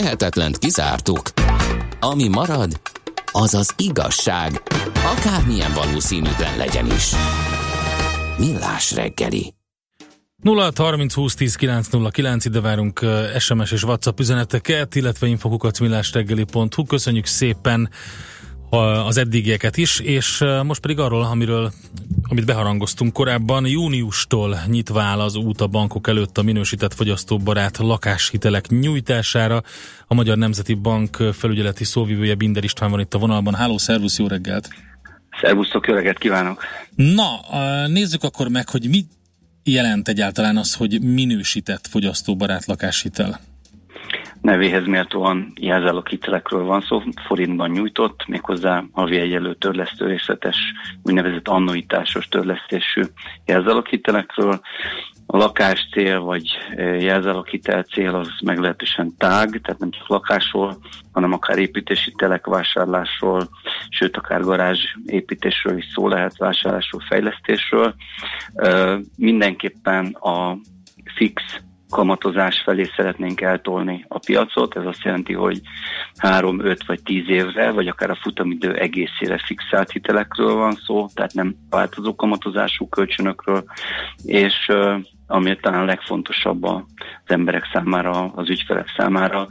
lehetetlent kizártuk. Ami marad, az az igazság, akármilyen valószínűtlen legyen is. Millás reggeli. 0630 20 10 909, ide várunk SMS és WhatsApp üzeneteket, illetve info@millásreggeli.hu. Köszönjük szépen az eddigieket is, és most pedig arról, amit beharangoztunk korábban, júniustól nyitva áll az út a bankok előtt a minősített fogyasztóbarát lakáshitelek nyújtására. A Magyar Nemzeti Bank felügyeleti szóvivője Binder István van itt a vonalban. Háló, szervusz, jó reggelt! Szervusztok, jó reggelt kívánok! Na, nézzük akkor meg, hogy mit jelent egyáltalán az, hogy minősített fogyasztóbarát lakáshitel? Nevéhez méltóan jelzáloghitelekről van szó, forintban nyújtott, méghozzá havi egyelő törlesztő részletes, úgynevezett annuitásos törlesztésű jelzáloghitelekről. A lakáscél vagy jelzáloghitel cél az meglehetősen tág, tehát nem csak lakásról, hanem akár építési telek vásárlásról, sőt akár garázs építésről is szó lehet, vásárlásról, fejlesztésről. Mindenképpen a fix kamatozás felé szeretnénk eltolni a piacot. Ez azt jelenti, hogy 3, 5 vagy 10 évre, vagy akár a futamidő egészére fixált hitelekről van szó, tehát nem változó kamatozású kölcsönökről, és ami talán legfontosabb az emberek számára, az ügyfelek számára,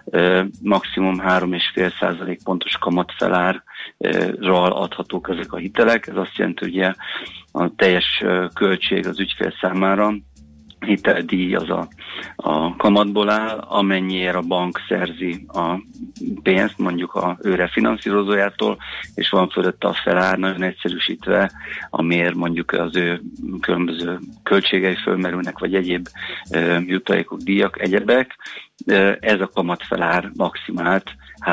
maximum 3,5% pontos kamatfelárral adhatók ezek a hitelek. Ez azt jelenti, hogy ugye a teljes költség az ügyfél számára, hiteldíj az a kamatból áll, amennyiért a bank szerzi a pénzt, mondjuk a ő refinanszírozójától, és van fölött a felár, nagyon egyszerűsítve, amiért mondjuk az ő különböző költségei fölmerülnek, vagy egyéb jutalékok, díjak, egyebek. Ez a kamatfelár maximált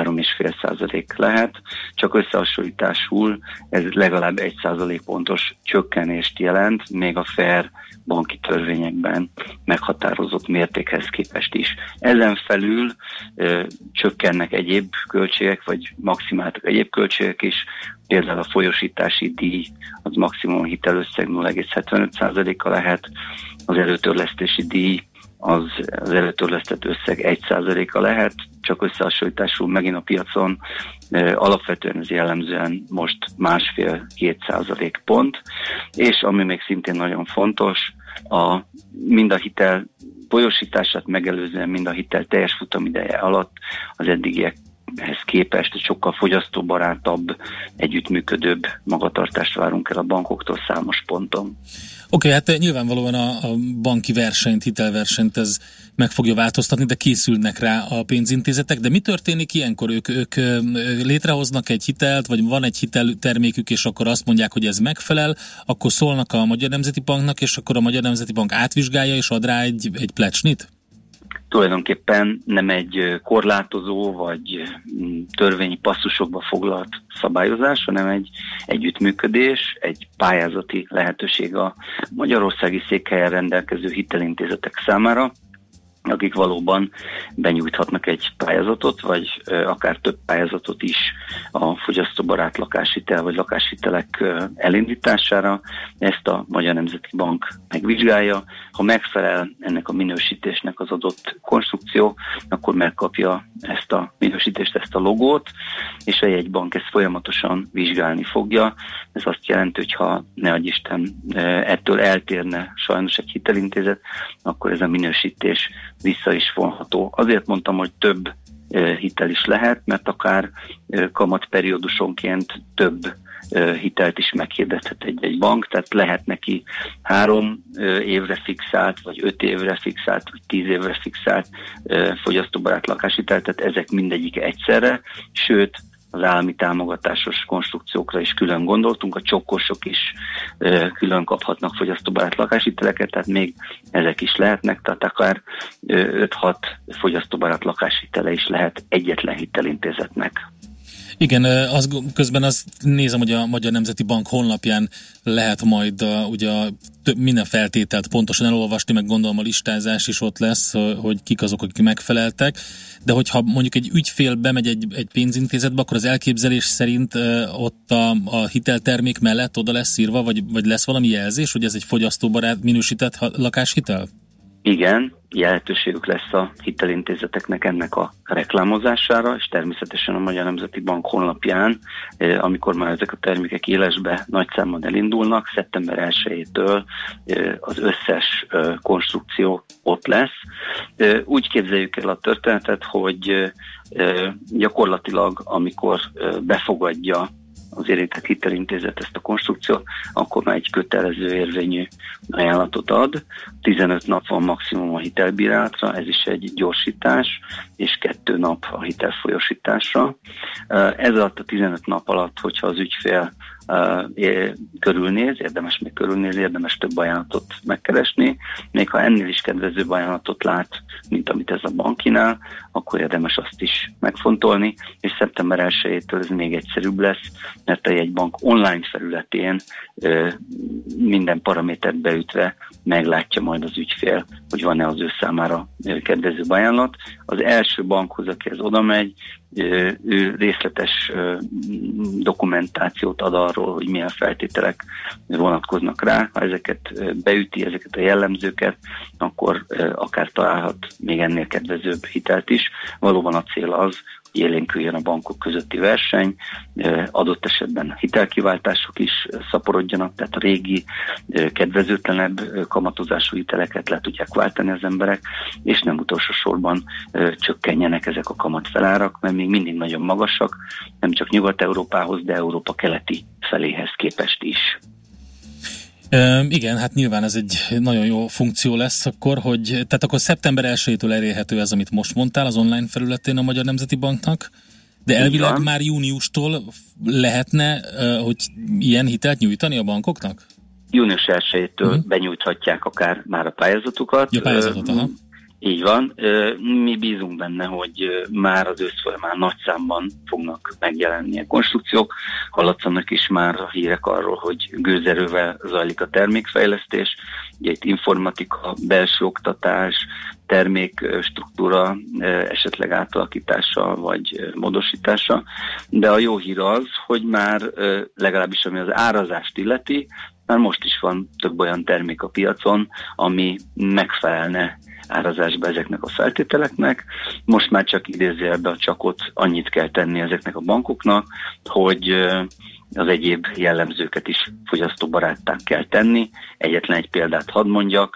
3,5% lehet, csak összehasonlításul ez legalább 1% pontos csökkenést jelent, még a fair banki törvényekben meghatározott mértékhez képest is. Ezen felül csökkennek egyéb költségek, vagy maximáltak egyéb költségek is, például a folyósítási díj, az maximum hitelösszeg 0,75%-a lehet, az előtörlesztési díj, az előtörlesztett összeg 1%-a lehet, csak összehasonlításul megint a piacon alapvetően ez jellemzően most 1,5-2% pont, és ami még szintén nagyon fontos, mind a hitel folyósítását megelőzően, mind a hitel teljes futamideje alatt az eddigiekhez képest egy sokkal fogyasztóbarátabb, együttműködőbb magatartást várunk el a bankoktól számos ponton. Oké, hát nyilvánvalóan a banki versenyt, hitelversenyt ez meg fogja változtatni, de készülnek rá a pénzintézetek. De mi történik ilyenkor? Ők létrehoznak egy hitelt, vagy van egy hiteltermékük, és akkor azt mondják, hogy ez megfelel, akkor szólnak a Magyar Nemzeti Banknak, és akkor a Magyar Nemzeti Bank átvizsgálja, és ad rá egy plecsnit? Tulajdonképpen nem egy korlátozó vagy törvényi passzusokba foglalt szabályozás, hanem egy együttműködés, egy pályázati lehetőség a magyarországi székhelyen rendelkező hitelintézetek számára, akik valóban benyújthatnak egy pályázatot, vagy akár több pályázatot is a fogyasztóbarát lakáshitel vagy lakáshitelek elindítására. Ezt a Magyar Nemzeti Bank megvizsgálja. Ha megfelel ennek a minősítésnek az adott konstrukció, akkor megkapja ezt a minősítést, ezt a logót, és a jegybank ezt folyamatosan vizsgálni fogja. Ez azt jelenti, hogy ha ne adj Isten ettől eltérne sajnos egy hitelintézet, akkor ez a minősítés vissza is vonható. Azért mondtam, hogy több hitel is lehet, mert akár kamatperiódusonként több hitelt is meghirdethet egy bank, tehát lehet neki 3 évre fixált, vagy 5 évre fixált, vagy 10 évre fixált fogyasztóbarát lakáshitelt, tehát ezek mindegyik egyszerre, sőt, az állami támogatásos konstrukciókra is külön gondoltunk, a csokkosok is külön kaphatnak fogyasztóbarát lakáshiteleket, tehát még ezek is lehetnek, tehát akár 5-6 fogyasztóbarát lakáshitele is lehet egyetlen hitelintézetnek. Igen, közben azt nézem, hogy a Magyar Nemzeti Bank honlapján lehet majd ugye minden feltételt pontosan elolvasni, meg gondolom a listázás is ott lesz, hogy kik azok, akik megfeleltek, de hogyha mondjuk egy ügyfél bemegy egy pénzintézetbe, akkor az elképzelés szerint ott a hiteltermék mellett oda lesz írva, vagy lesz valami jelzés, hogy ez egy fogyasztóbarát minősített lakáshitel? Igen, lehetőségük lesz a hitelintézeteknek ennek a reklámozására, és természetesen a Magyar Nemzeti Bank honlapján, amikor már ezek a termékek élesbe nagy számban elindulnak, szeptember 1-től az összes konstrukció ott lesz. Úgy képzeljük el a történetet, hogy gyakorlatilag, amikor befogadja az érintett hitelintézet ezt a konstrukciót, akkor már egy kötelező érvényű ajánlatot ad. 15 nap van maximum a hitelbírálatra, ez is egy gyorsítás, és 2 nap a hitelfolyósításra. Ez alatt a 15 nap alatt, hogyha az ügyfél körülnéz, érdemes még körülnézni, érdemes több ajánlatot megkeresni. Még ha ennél is kedvezőbb ajánlatot lát, mint amit ez a bank kínál, akkor érdemes azt is megfontolni, és szeptember 1-től ez még egyszerűbb lesz, mert a jegybank online felületén minden paramétert beütve meglátja majd az ügyfél, hogy van-e az ő számára kedvezőbb ajánlat. Az első bankhoz, akihez oda megy, ő részletes dokumentációt ad arról, hogy milyen feltételek vonatkoznak rá. Ha ezeket beüti, ezeket a jellemzőket, akkor akár találhat még ennél kedvezőbb hitelt is. Valóban a cél az, hogy élénküljön a bankok közötti verseny, adott esetben hitelkiváltások is szaporodjanak, tehát a régi, kedvezőtlenebb kamatozású hiteleket le tudják váltani az emberek, és nem utolsó sorban csökkenjenek ezek a kamatfelárak, mert még mindig nagyon magasak, nem csak Nyugat-Európához, de Európa keleti feléhez képest is. Igen, hát nyilván ez egy nagyon jó funkció lesz akkor, hogy tehát akkor szeptember 1-től elérhető ez, amit most mondtál az online felületén a Magyar Nemzeti Banknak, de elvileg már júniustól lehetne, hogy ilyen hitelt nyújtani a bankoknak? Június 1-től benyújthatják akár már a pályázatukat. Ja, pályázatot, aha. Így van. Mi bízunk benne, hogy már az ősz folyamán nagy számban fognak megjelenni a konstrukciók. Hallatszanak is már a hírek arról, hogy gőzerővel zajlik a termékfejlesztés. Ugye itt informatika, belső oktatás, termékstruktúra esetleg átalakítása vagy módosítása. De a jó hír az, hogy már legalábbis ami az árazást illeti, már most is van több olyan termék a piacon, ami megfelelne árazásba ezeknek a feltételeknek. Most már csak idézőjelben a csakot annyit kell tenni ezeknek a bankoknak, hogy az egyéb jellemzőket is fogyasztóbaráttá kell tenni. Egyetlen egy példát hadd mondjak,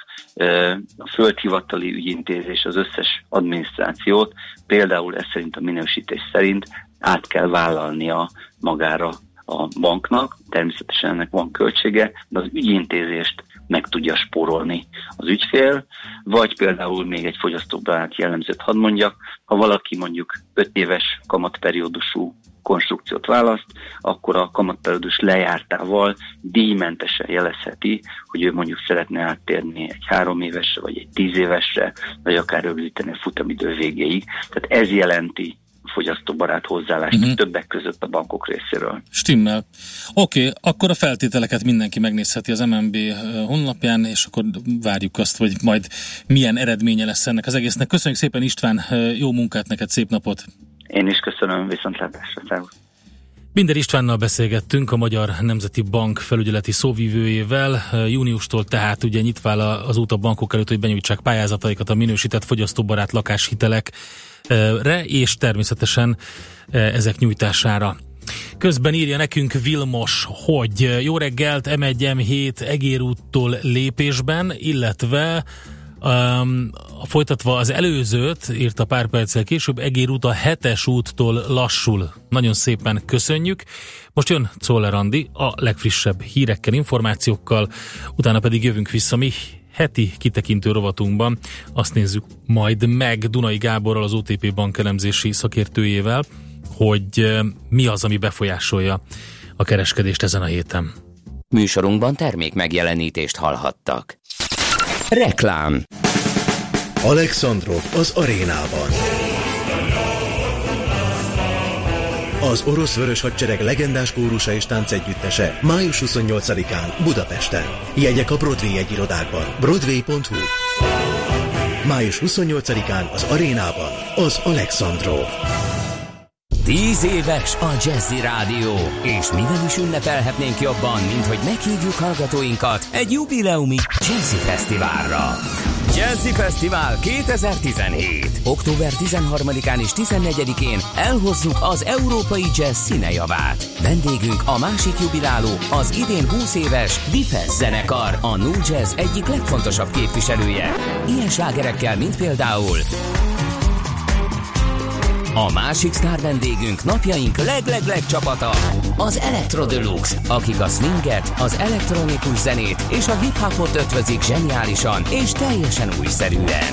a földhivatali ügyintézés, az összes adminisztrációt, például ez szerint a minősítés szerint át kell vállalnia magára a banknak, természetesen ennek van költsége, de az ügyintézést meg tudja spórolni az ügyfél, vagy például még egy fogyasztóbarát jellemzőt hadd mondjak, ha valaki mondjuk 5 éves kamatperiódusú konstrukciót választ, akkor a kamatperiódus lejártával díjmentesen jelezheti, hogy ő mondjuk szeretne áttérni egy 3 évesre, vagy egy 10 évesre, vagy akár rövidíteni a futamidő végéig. Tehát ez jelenti fogyasztóbarát hozzáállást többek között a bankok részéről. Stimmel. Oké, akkor a feltételeket mindenki megnézheti az MNB honlapján, és akkor várjuk azt, hogy majd milyen eredménye lesz ennek az egésznek. Köszönjük szépen, István, jó munkát neked, szép napot! Én is köszönöm, viszontlátásra. Binder Istvánnal beszélgettünk, a Magyar Nemzeti Bank felügyeleti szóvivőjével. Júniustól tehát ugye nyitva az út a bankok előtt, hogy benyújtsák pályázataikat a minősített fogyasztóbarát lakáshitelekre, és természetesen ezek nyújtására. Közben írja nekünk Vilmos, hogy jó reggelt, M1, M7 Egér úttól lépésben, illetve folytatva az előzőt, írta pár perccel később, Egér út a 7-es úttól lassul. Nagyon szépen köszönjük. Most jön Czoller Andi a legfrissebb hírekkel, információkkal, utána pedig jövünk vissza mi heti kitekintő rovatunkban. Azt nézzük majd meg Dunai Gáborral, az OTP Bank elemzési szakértőjével, hogy mi az, ami befolyásolja a kereskedést ezen a héten. Műsorunkban termék megjelenítést hallhattak. Reklám. Alexandrov az arénában. Az orosz vörös hadsereg legendás kórusa és táncegyüttese május 28-án Budapesten. Jegyek a Broadway jegyirodákban. Broadway.hu. Május 28-án az arénában az Alexandrov. 10 éves a Jazzy Rádió, és mivel is ünnepelhetnénk jobban, mint hogy meghívjuk hallgatóinkat egy jubileumi Jazzy Fesztiválra. Jazzy Fesztivál 2017. Október 13-án és 14-én elhozzuk az európai jazz színejavát. Vendégünk a másik jubiláló, az idén 20 éves Diffes zenekar, a Nu Jazz egyik legfontosabb képviselője. Ilyen slágerekkel, mint például a másik sztár vendégünk napjaink leg csapata, az Electro Deluxe, akik a swinget, az elektronikus zenét és a hip-hopot ötvözik zseniálisan és teljesen újszerűen.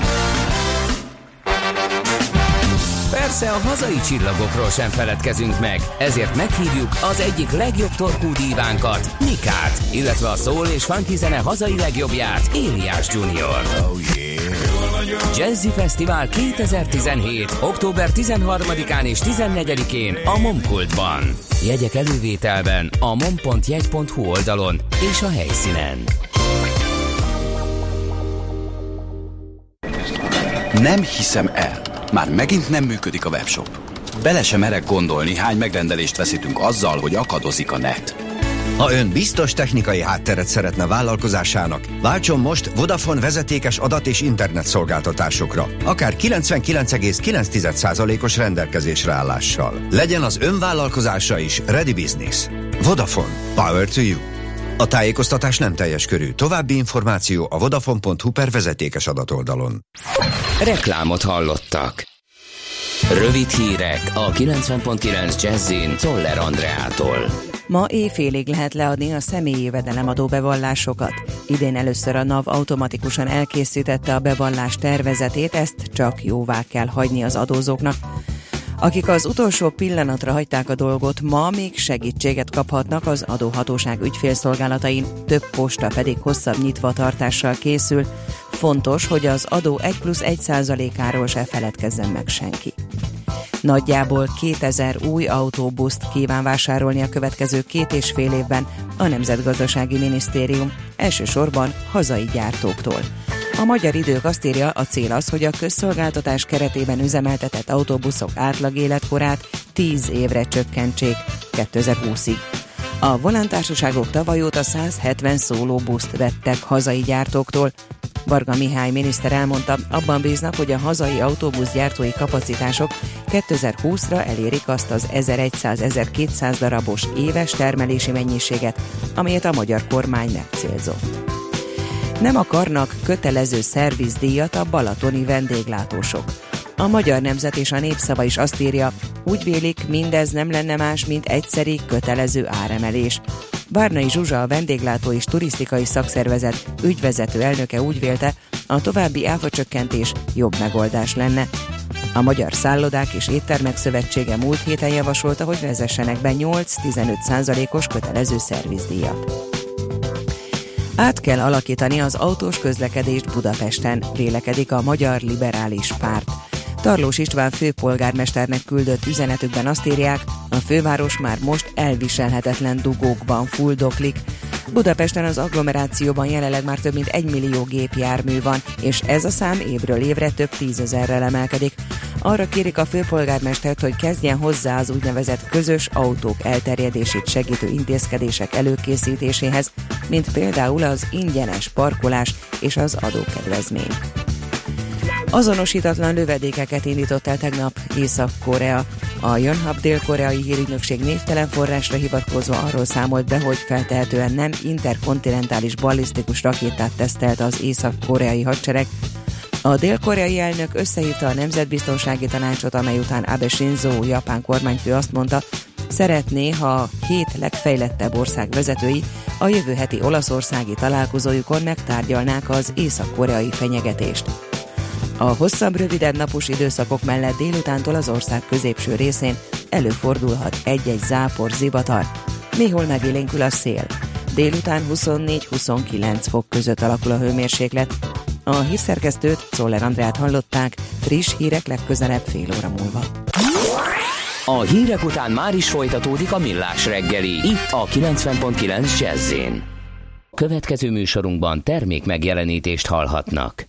Persze a hazai csillagokról sem feledkezünk meg, ezért meghívjuk az egyik legjobb torkú dívánkat, Nikát, illetve a soul és funky zene hazai legjobbját, Éliás Junior. Oh yeah. Jazzy Fesztivál 2017. október 13-án és 14-én a Momkultban. Jegyek elővételben a mom.jegy.hu oldalon és a helyszínen. Nem hiszem el. Már megint nem működik a webshop. Bele sem merek gondolni, hány megrendelést veszítünk azzal, hogy akadozik a net. Ha ön biztos technikai hátteret szeretne vállalkozásának, váltson most Vodafone vezetékes adat- és internetszolgáltatásokra, akár 99,9%-os rendelkezésre állással. Legyen az ön vállalkozása is Ready Business. Vodafone. Power to you. A tájékoztatás nem teljes körű. További információ a vodafone.hu/vezetékes adatoldalon. Reklámot hallottak. Rövid hírek a 90.9 Jazzin Czoller Andreától. Ma éjfélig lehet leadni a személyi jövedelemadó bevallásokat. Idén először a NAV automatikusan elkészítette a bevallás tervezetét, ezt csak jóvá kell hagyni az adózóknak. Akik az utolsó pillanatra hagyták a dolgot, ma még segítséget kaphatnak az adóhatóság ügyfélszolgálatain, több posta pedig hosszabb nyitvatartással készül. Fontos, hogy az adó 1+1%-áról se feledkezzen meg senki. Nagyjából 2000 új autóbuszt kíván vásárolni a következő 2,5 évben a Nemzetgazdasági Minisztérium, elsősorban hazai gyártóktól. A Magyar Idők azt írja, a cél az, hogy a közszolgáltatás keretében üzemeltetett autóbuszok átlag életkorát 10 évre csökkentsék 2020-ig. A volántársaságok tavaly óta 170 szólóbuszt vettek hazai gyártóktól. Varga Mihály miniszter elmondta, abban bíznak, hogy a hazai autóbuszgyártói kapacitások 2020-ra elérik azt az 1100-1200 darabos éves termelési mennyiséget, amelyet a magyar kormány megcélzott. Nem akarnak kötelező szervizdíjat a balatoni vendéglátósok. A Magyar Nemzet és a Népszava is azt írja, úgy vélik, mindez nem lenne más, mint egyszeri kötelező áremelés. Várnai Zsuzsa, a vendéglátó és turisztikai szakszervezet ügyvezető elnöke úgy vélte, a további áfacsökkentés jobb megoldás lenne. A Magyar Szállodák és Éttermek Szövetsége múlt héten javasolta, hogy vezessenek be 8-15%-os kötelező szervizdíjat. Át kell alakítani az autós közlekedést Budapesten, vélekedik a Magyar Liberális Párt. Tarlós István főpolgármesternek küldött üzenetükben azt írják, a főváros már most elviselhetetlen dugókban fuldoklik. Budapesten az agglomerációban jelenleg már több mint 1 millió gépjármű van, és ez a szám évről évre több 10 000-rel emelkedik. Arra kérik a főpolgármestert, hogy kezdjen hozzá az úgynevezett közös autók elterjedését segítő intézkedések előkészítéséhez, mint például az ingyenes parkolás és az adókedvezmény. Azonosítatlan lövedékeket indított el tegnap Észak-Korea. A Yonhap dél-koreai hírügynökség névtelen forrásra hivatkozva arról számolt be, hogy feltehetően nem interkontinentális ballisztikus rakétát tesztelt az észak-koreai hadsereg. A dél-koreai elnök összehívta a Nemzetbiztonsági Tanácsot, amely után Abe Shinzo japán kormányfő azt mondta, szeretné, ha a 7 legfejlettebb ország vezetői a jövő heti olaszországi találkozójukon megtárgyalnák az észak-koreai fenyegetést. A hosszabb, rövidebb napos időszakok mellett délutántól az ország középső részén előfordulhat egy-egy zápor, zivatar. Néhol megélénkül a szél. Délután 24-29 fok között alakul a hőmérséklet. A hírszerkesztőt, Czoller Andreát hallották, friss hírek legközelebb fél óra múlva. A hírek után már is folytatódik a Millás reggeli, itt a 90.9 Jazz-in. Következő műsorunkban termék megjelenítést hallhatnak.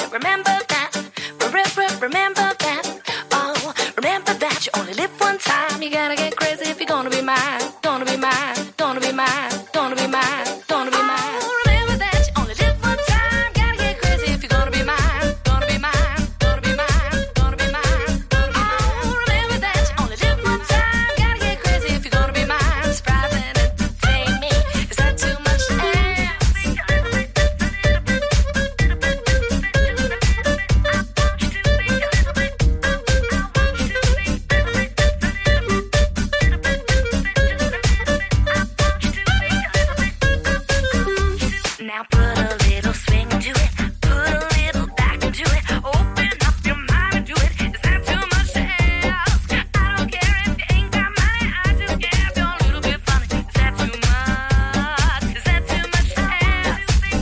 remember that. Remember that. Oh, remember that you only live one time. You gotta get crazy if you're gonna be mine. Gonna be mine. Gonna be mine. Gonna be mine. Gonna be mine. Oh, remember that you only live one time. Gotta get crazy if you're gonna be mine. Gonna be mine. Gonna be mine. Gonna be mine. Oh, remember that you only live one time. Gotta get crazy if you're gonna be mine. Surprise and entertain me. Is that too much to ask? Now put a little swing into it, put a little back into it, open up your mind and do it. Is that too much to ask? I don't care if you ain't got money, I just care if you're a little bit funny. Is that too much? Is that too much to ask?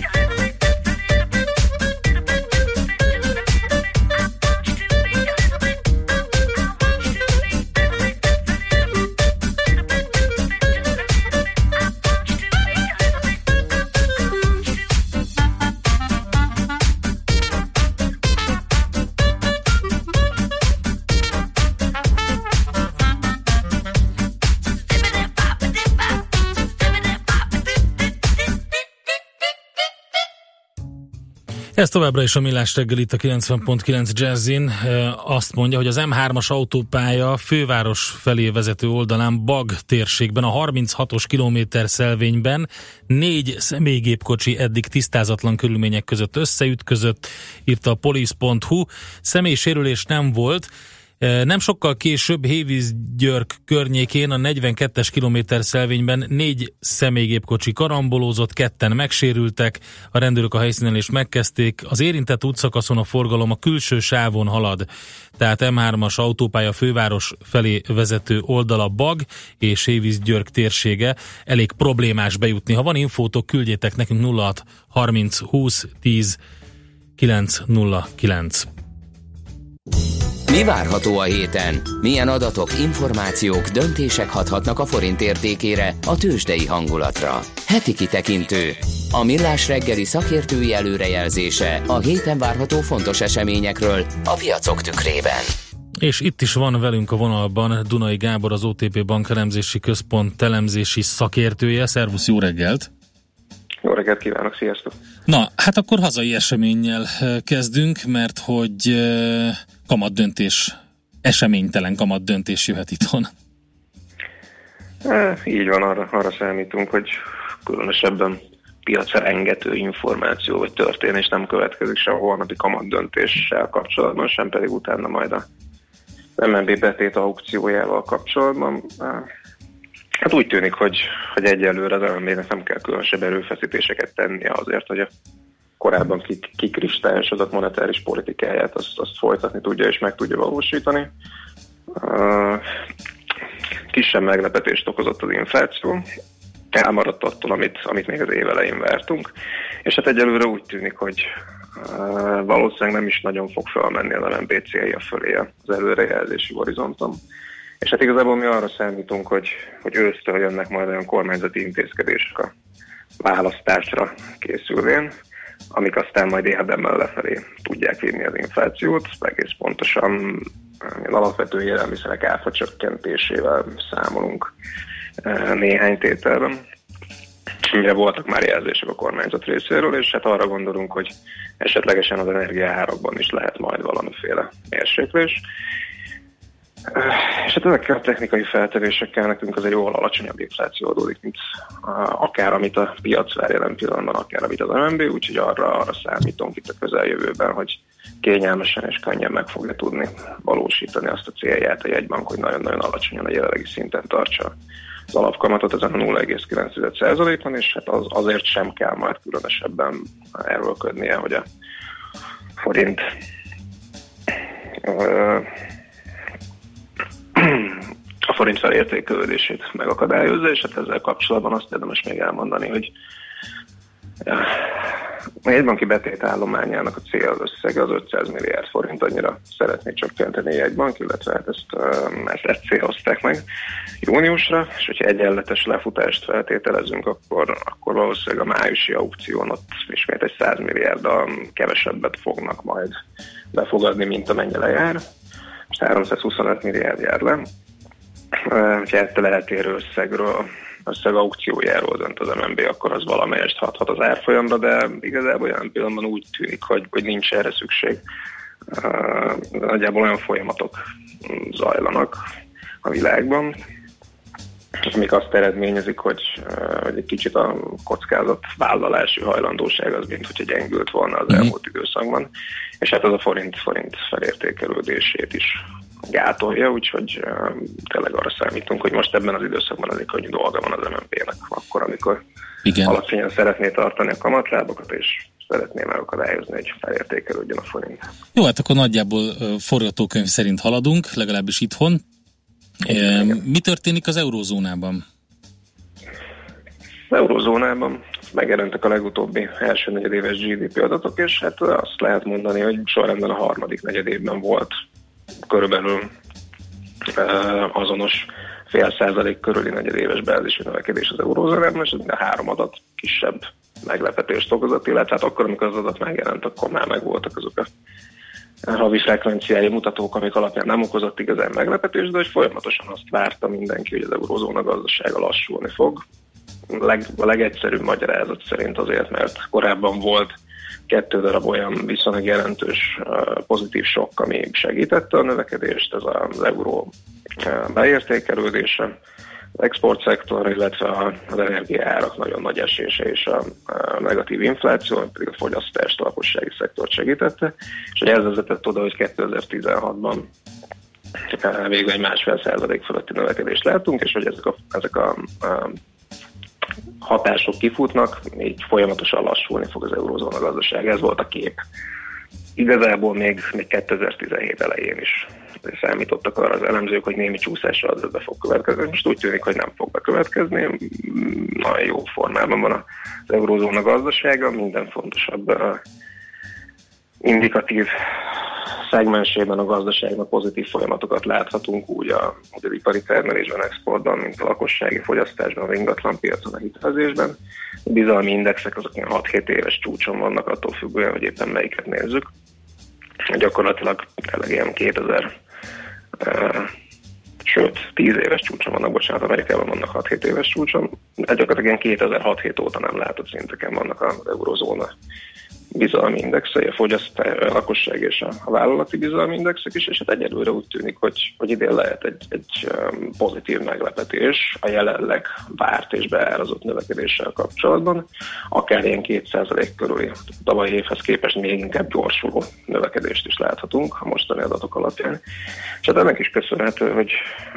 Ez továbbra is a Millás reggel itt a 90.9 Jazzin. Azt mondja, hogy az M3-as autópálya főváros felé vezető oldalán Bag térségben, a 36-os kilométerszelvényben 4 személygépkocsi eddig tisztázatlan körülmények között összeütközött, írta a police.hu. Személysérülés nem volt. Nem sokkal később Hévízgyörk környékén a 42-es kilométerszelvényben 4 személygépkocsi karambolózott, 2-en megsérültek, a rendőrök a helyszínen is megkezdték. Az érintett útszakaszon a forgalom a külső sávon halad, tehát M3-as autópálya főváros felé vezető oldala Bag és Hévízgyörk térsége elég problémás bejutni. Ha van infótok, küldjétek nekünk 06 30 20 10 909. Mi várható a héten? Milyen adatok, információk, döntések hathatnak a forint értékére, a tőzsdei hangulatra? Heti kitekintő. A Millás reggeli szakértői előrejelzése a héten várható fontos eseményekről a piacok tükrében. És itt is van velünk a vonalban Dunai Gábor, az OTP Bank elemzési központ elemzési szakértője. Szervusz, jó reggelt! Jó reggelt kívánok, sziasztok! Na, hát akkor hazai eseménnyel kezdünk, mert hogy kamatdöntés, eseménytelen kamatdöntés jöhet itthon. Így van, arra számítunk, hogy különösebben piacra rengető információ vagy történés nem következik sem a holnapi kamatdöntéssel kapcsolatban, sem pedig utána majd a MNB betét aukciójával kapcsolatban. Hát úgy tűnik, hogy egyelőre az MNB-nek nem kell különösebb erőfeszítéseket tennie azért, hogy a korábban kikristályosodott monetáris politikáját azt folytatni tudja és meg tudja valósítani. Kisebb meglepetést okozott az infláció, elmaradt attól, amit még az év elején vártunk, és hát egyelőre úgy tűnik, hogy valószínűleg nem is nagyon fog felmenni az MNB célja fölé az előrejelzési horizonton. És hát igazából mi arra számítunk, hogy ősztől jönnek majd olyan kormányzati intézkedések a választásra készülvén, amik aztán majd érdemben lefelé tudják vinni az inflációt. Egész pontosan alapvető élelmiszerek áfa csökkentésével számolunk néhány tételben. Ugye voltak már jelzések a kormányzat részéről, és hát arra gondolunk, hogy esetlegesen az energiaárakban is lehet majd valamiféle mérséklés. És hát ezekkel a technikai feltevésekkel nekünk az egy jóval alacsonyabb infláció adódik, mint akár amit a piac vár jelen pillanatban, akár amit az MNB, úgyhogy arra számítunk itt a közeljövőben, hogy kényelmesen és könnyen meg fogja tudni valósítani azt a célját a jegybank, hogy nagyon-nagyon alacsonyan a jelenlegi szinten tartsa az alapkamatot ezen a 0,9%-on, és hát azért sem kell majd különösebben erőlködnie, hogy a forint felértékelődését megakadályozza, és hát ezzel kapcsolatban azt érdemes még elmondani, hogy A jegybanki betétállományának a célösszege az 500 milliárd forint, annyira szeretné csökkenteni a jegybank, illetve hát ezt célozták meg júniusra, és hogyha egyenletes lefutást feltételezünk, akkor valószínűleg a májusi aukción ott ismét egy 100 milliárddal kevesebbet fognak majd befogadni, mint amennyi lejár. Most 325 milliárd jár le. Ha ettől eltérő összeg aukciójáról dönt az MNB, akkor az valamelyest hathat az árfolyamra, de igazából olyan pillanatban úgy tűnik, hogy nincs erre szükség. Nagyjából olyan folyamatok zajlanak a világban, amik azt eredményezik, hogy egy kicsit a kockázatvállalási hajlandóság az, mint hogyha gyengült volna az elmúlt időszakban, és hát az a forint felértékelődését is gátolja, úgyhogy tényleg arra számítunk, hogy most ebben az időszakban azért könnyű dolga van az MNB-nek, akkor, amikor alacsonyan szeretné tartani a kamatlábakat, és szeretné megakadályozni, hogy felértékelődjön a forint. Jó, hát akkor nagyjából forgatókönyv szerint haladunk, legalábbis itthon. Mi történik az eurózónában? Az eurózónában megjelentek a legutóbbi első negyedéves GDP adatok, és hát azt lehet mondani, hogy sorrendben a harmadik negyedévben volt körülbelül azonos 0,5% körüli negyedéves bázisi növekedés az eurózónában, és a három adat kisebb meglepetést okozott, illetve hát akkor, amikor az adat megjelent, akkor már megvoltak azok a havi frekvenciái mutatók, amik alapján nem okozott igazán meglepetést, de hogy folyamatosan azt várta mindenki, hogy az eurózóna gazdasága lassulni fog. A legegyszerűbb magyarázat szerint azért, mert korábban volt 2 darab olyan viszonylag jelentős pozitív sokk, ami segítette a növekedést, ez az euró beértékelődése, az exportszektor, illetve az energiaárak nagyon nagy esése és a negatív infláció, pedig a fogyasztást, a lakossági szektort segítette, és hogy ez vezetett oda, hogy 2016-ban végül egy 1,5% fölötti növekedést látunk, és hogy ezek a hatások kifutnak, így folyamatosan lassulni fog az eurózóna gazdaság. Ez volt a kép. Igazából még 2017 elején is számítottak arra az elemzők, hogy némi csúszással az be fog következni. Most úgy tűnik, hogy nem fog bekövetkezni. Nagyon jó formában van az eurózóna gazdasága. Minden fontosabb indikatív szegmensében a gazdaságnak pozitív folyamatokat láthatunk, úgy az ipari termelésben, exportban, mint a lakossági fogyasztásban, az ingatlanpiacon, a hitelezésben. A bizalmi indexek azok 6-7 éves csúcson vannak, attól függően, hogy éppen melyiket nézzük. Gyakorlatilag ilyen 10 éves csúcson vannak, bocsánat, Amerikában vannak 6-7 éves csúcson, de gyakorlatilag ilyen 2006-7 óta nem látott szinteken vannak az eurozóna bizalmi indexei, a lakosság és a vállalati bizalmi indexek is, és hát egyelőre úgy tűnik, hogy idén lehet egy pozitív meglepetés a jelenleg várt és beárazott növekedéssel kapcsolatban, akár ilyen 2% körüli tavalyi évhez képest még inkább gyorsuló növekedést is láthatunk a mostani adatok alapján. És hát ennek is köszönhető, hogy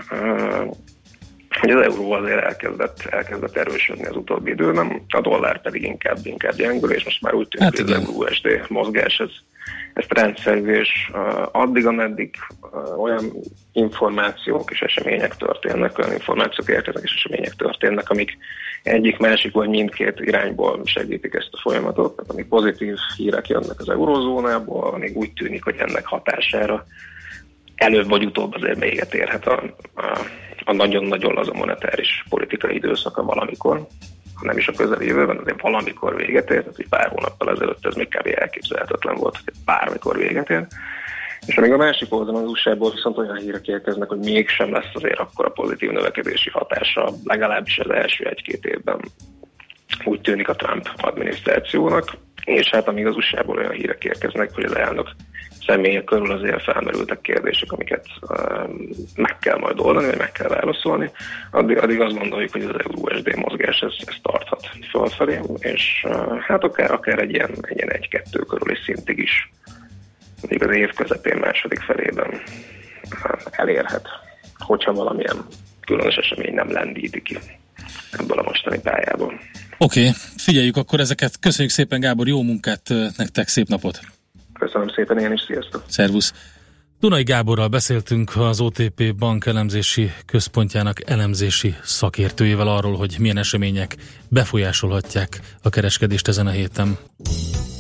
az euró azért elkezdett erősödni az utóbbi időben, a dollár pedig inkább gyengül, és most már úgy tűnik, hogy az euró-USD mozgás, ez rendszerű, és addig, ameddig olyan információk és események történnek, olyan információk érkeznek és események történnek, amik egyik, másik vagy mindkét irányból segítik ezt a folyamatot, tehát amik pozitív hírek jönnek az eurózónából, amíg úgy tűnik, hogy ennek hatására előbb vagy utóbb azért véget érhet a nagyon-nagyon laza monetáris politikai időszaka valamikor, ha nem is a közeljövőben, azért valamikor véget ér, tehát egy pár hónappal ezelőtt ez még kb. Elképzelhetetlen volt, hogy bármikor véget ér. És amíg a másik oldalon az USA-ból viszont olyan hírek érkeznek, hogy mégsem lesz azért akkor a pozitív növekedési hatása, legalábbis az első 1-2 évben úgy tűnik a Trump adminisztrációnak, és hát amíg az USA-ból olyan hírek érkeznek, hogy az elnök személye körül azért felmerültek kérdések, amiket meg kell majd oldani, vagy meg kell válaszolni. Addig azt gondoljuk, hogy az euró-USD mozgás ez tarthat fölfelé, és hát akár egy ilyen 1-2 körüli szintig is még az év közepén, második felében elérhet, hogyha valamilyen különös esemény nem lendíti ki ebből a mostani pályából. Oké, figyeljük akkor ezeket. Köszönjük szépen, Gábor, jó munkát nektek, szép napot! Köszönöm szépen, én is, sziasztok! Szervusz! Dunai Gáborral beszéltünk, az OTP Bank elemzési központjának elemzési szakértőjével arról, hogy milyen események befolyásolhatják a kereskedést ezen a héten.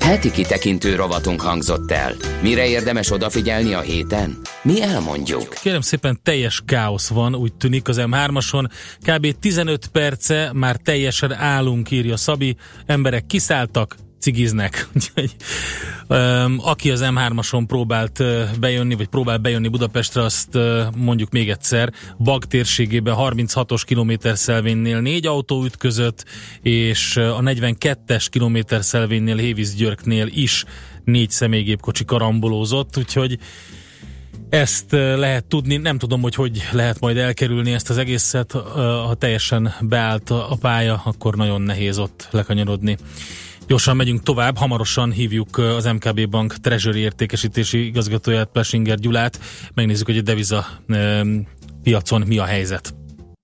Heti kitekintő rovatunk hangzott el. Mire érdemes odafigyelni a héten? Mi elmondjuk. Kérem szépen, teljes káosz van, úgy tűnik az M3-ason. Kb. 15 perce már teljesen állunk, írja Szabi. Emberek kiszálltak, cigiznek. Aki az M3-ason próbált bejönni, vagy próbál bejönni Budapestre, azt mondjuk még egyszer, Bag térségében 36-os kilométerszelvénynél 4 autó ütközött, és a 42-es kilométerszelvénynél Hévízgyörknél is 4 személygépkocsi karambolózott, úgyhogy ezt lehet tudni, nem tudom, hogy lehet majd elkerülni ezt az egészet, ha teljesen beállt a pálya, akkor nagyon nehéz ott lekanyarodni. Gyorsan megyünk tovább, hamarosan hívjuk az MKB Bank Treasury értékesítési igazgatóját, Plesinger Gyulát. Megnézzük, hogy a deviza piacon mi a helyzet.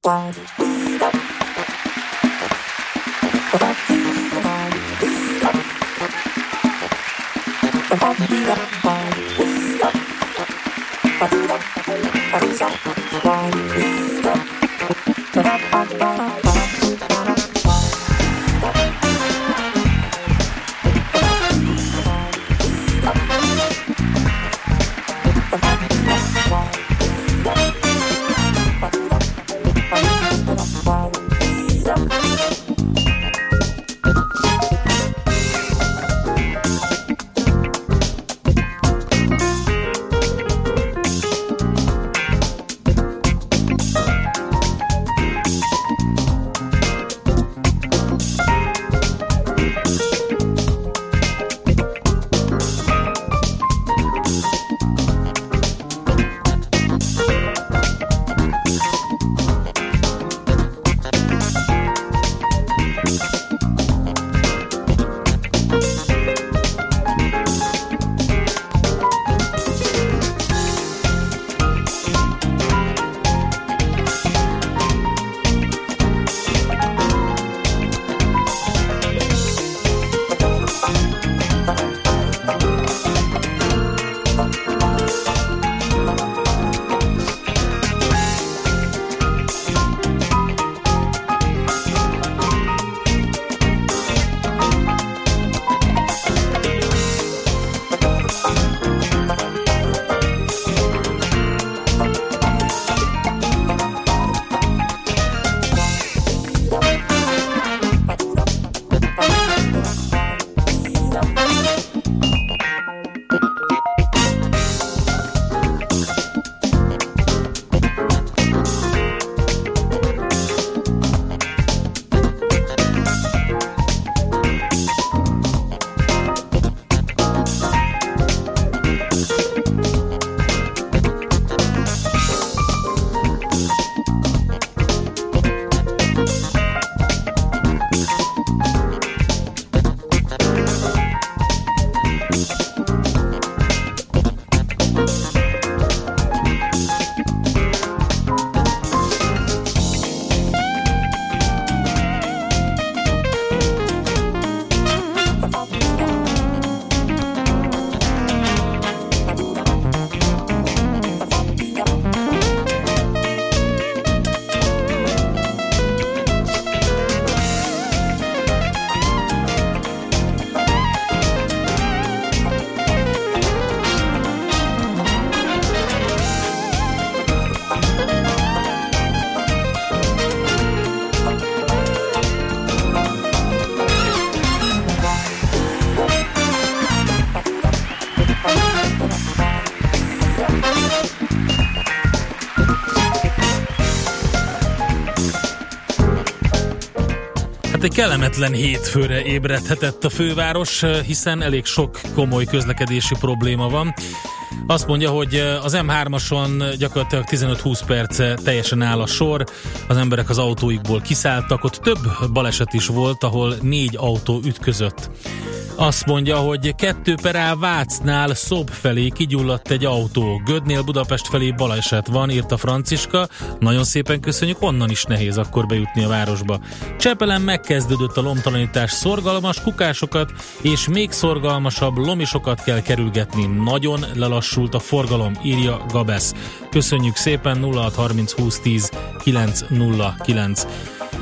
Hát egy kellemetlen hétfőre ébredhetett a főváros, hiszen elég sok komoly közlekedési probléma van. Azt mondja, hogy az M3-ason gyakorlatilag 15-20 perce teljesen áll a sor, az emberek az autóikból kiszálltak, ott több baleset is volt, ahol 4 autó ütközött. Azt mondja, hogy 2 Vácnál Szob felé kigyulladt egy autó. Gödnél Budapest felé baleset van, írta Franciska. Nagyon szépen köszönjük, onnan is nehéz akkor bejutni a városba. Csepelen megkezdődött a lomtalanítás, szorgalmas kukásokat és még szorgalmasabb lomisokat kell kerülgetni. Nagyon lelassult a forgalom, írja Gabesz. Köszönjük szépen, 0630 20 10 909.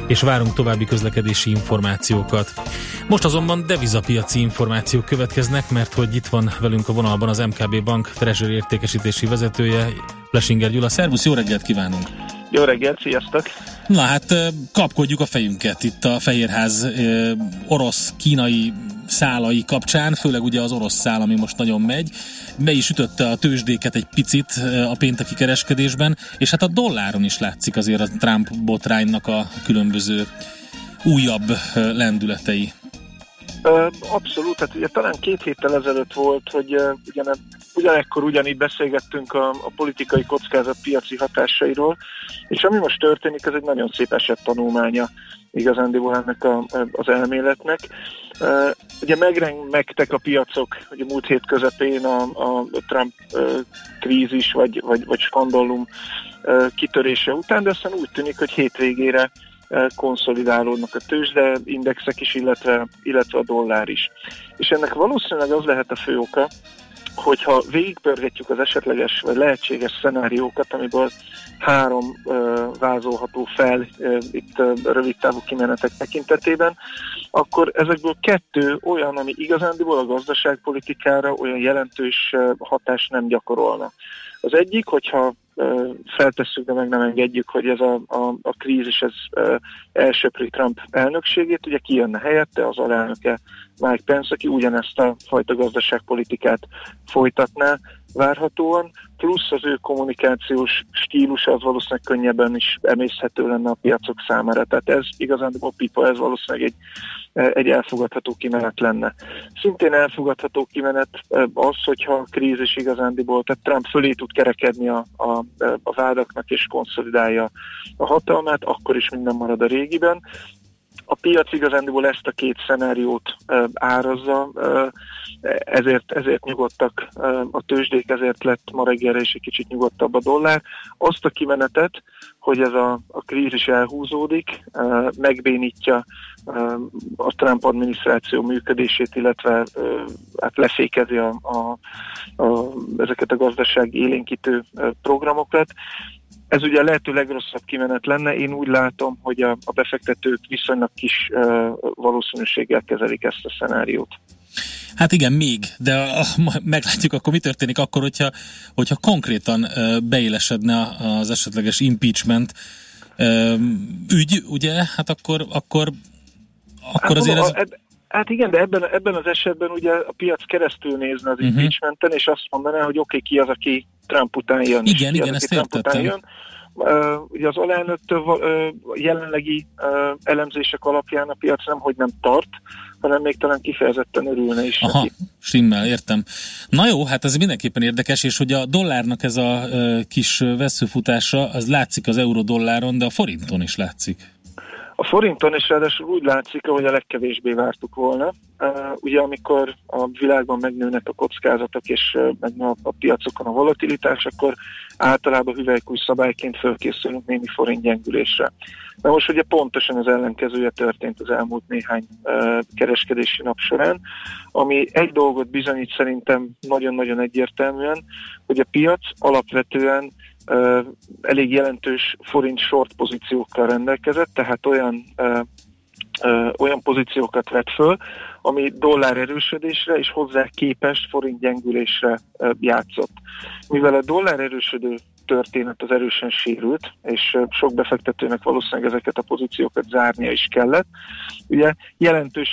és várunk további közlekedési információkat. Most azonban devizapiaci információk következnek, mert hogy itt van velünk a vonalban az MKB Bank Treasury értékesítési vezetője, Plesinger Gyula. Szervusz, jó reggelt kívánunk! Jó reggelt, sziasztok! Na hát kapkodjuk a fejünket itt a Fehérház orosz-kínai szálai kapcsán, főleg ugye az orosz szál, ami most nagyon megy. Be is ütötte a tőzsdéket egy picit a pénteki kereskedésben, és hát a dolláron is látszik azért a Trump botránynak a különböző újabb lendületei. Abszolút, hát ugye talán 2 héttel ezelőtt volt, hogy ugyanekkor ugyanígy beszélgettünk a politikai kockázatpiaci hatásairól, és ami most történik, ez egy nagyon szép esettanulmánya igazándiból ennek az elméletnek. Ugye megrengtek a piacok, ugye múlt hét közepén a Trump krízis vagy skandallum kitörése után, de aztán úgy tűnik, hogy hétvégére konszolidálódnak a tőzsdeindexek is, illetve a dollár is. És ennek valószínűleg az lehet a fő oka, hogyha végigpörgetjük az esetleges vagy lehetséges szenáriókat, amiből 3 vázolható fel itt rövidtávú kimenetek tekintetében, akkor ezekből 2 olyan, ami igazándiból a gazdaságpolitikára olyan jelentős hatást nem gyakorolna. Az egyik, hogyha feltesszük, de meg nem engedjük, hogy ez a krízis elsöpri Trump elnökségét, ugye kijönne helyette az alelnöke Mike Pence, aki ugyanezt a fajta gazdaságpolitikát folytatná várhatóan, plusz az ő kommunikációs stílusa az valószínűleg könnyebben is emészhető lenne a piacok számára. Tehát ez igazándiból pipa, ez valószínűleg egy elfogadható kimenet lenne. Szintén elfogadható kimenet az, hogyha a krízis igazándiból, tehát Trump fölé tud kerekedni a vádaknak és konszolidálja a hatalmát, akkor is minden marad a régiben. A piac igazándiból ezt a 2 szenáriót árazza, ezért nyugodtak a tőzsdék, ezért lett ma reggelre is egy kicsit nyugodtabb a dollár. Azt a kimenetet, hogy ez a krízis elhúzódik, megbénítja a Trump adminisztráció működését, illetve hát lefékezi ezeket a gazdaság élénkítő programokat. Ez ugye a lehető legrosszabb kimenet lenne. Én úgy látom, hogy a befektetők viszonylag kis valószínűséggel kezelik ezt a szenáriót. Hát igen, még, de meglátjuk akkor mi történik akkor, hogyha konkrétan beélesedne az esetleges impeachment ügy, ugye? Hát akkor azért ez... Hát igen, de ebben az esetben ugye a piac keresztül nézne az impeachmenten, és azt mondaná, hogy oké, ki az, aki Trump után jön. Igen, ezt értettem. Ugye az alelnöktől jelenlegi elemzések alapján a piac nem tart, hanem még talán kifejezetten örülne is. Aha, neki. Stimmel, értem. Na jó, hát ez mindenképpen érdekes, és hogy a dollárnak ez a kis vesszőfutása, az látszik az euró-dolláron, de a forinton is látszik. A forinton is ráadásul úgy látszik, ahogy a legkevésbé vártuk volna. Ugye amikor a világban megnőnek a kockázatok és megnő a piacokon a volatilitás, akkor általában hüvelykúj szabályként fölkészülünk némi forint gyengülésre. Na most ugye pontosan az ellenkezője történt az elmúlt néhány kereskedési nap során, ami egy dolgot bizonyít szerintem nagyon-nagyon egyértelműen, hogy a piac alapvetően elég jelentős forint short pozíciókkal rendelkezett, tehát olyan pozíciókat vett föl, ami dollár erősödésre és hozzá képest forint gyengülésre játszott. Mivel a dollár erősödő történet az erősen sérült, és sok befektetőnek valószínűleg ezeket a pozíciókat zárnia is kellett. Ugye jelentős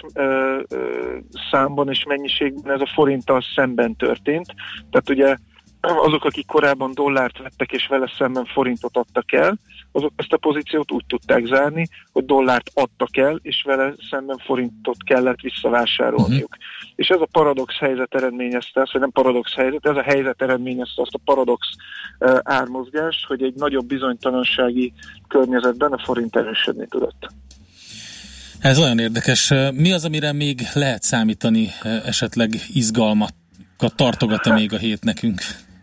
számban és mennyiségben ez a forinttal szemben történt, tehát ugye azok, akik korábban dollárt vettek és vele szemben forintot adtak el, azok ezt a pozíciót úgy tudták zárni, hogy dollárt adtak el, és vele szemben forintot kellett visszavásárolniuk. És ez a paradox helyzet eredményezte azt, vagy nem paradox helyzet, ez a helyzet eredményezte azt a paradox ármozgást, hogy egy nagyobb bizonytalansági környezetben a forint erősödni tudott. Ez olyan érdekes. Mi az, amire még lehet számítani, esetleg izgalmakat tartogat-e még a hét nekünk?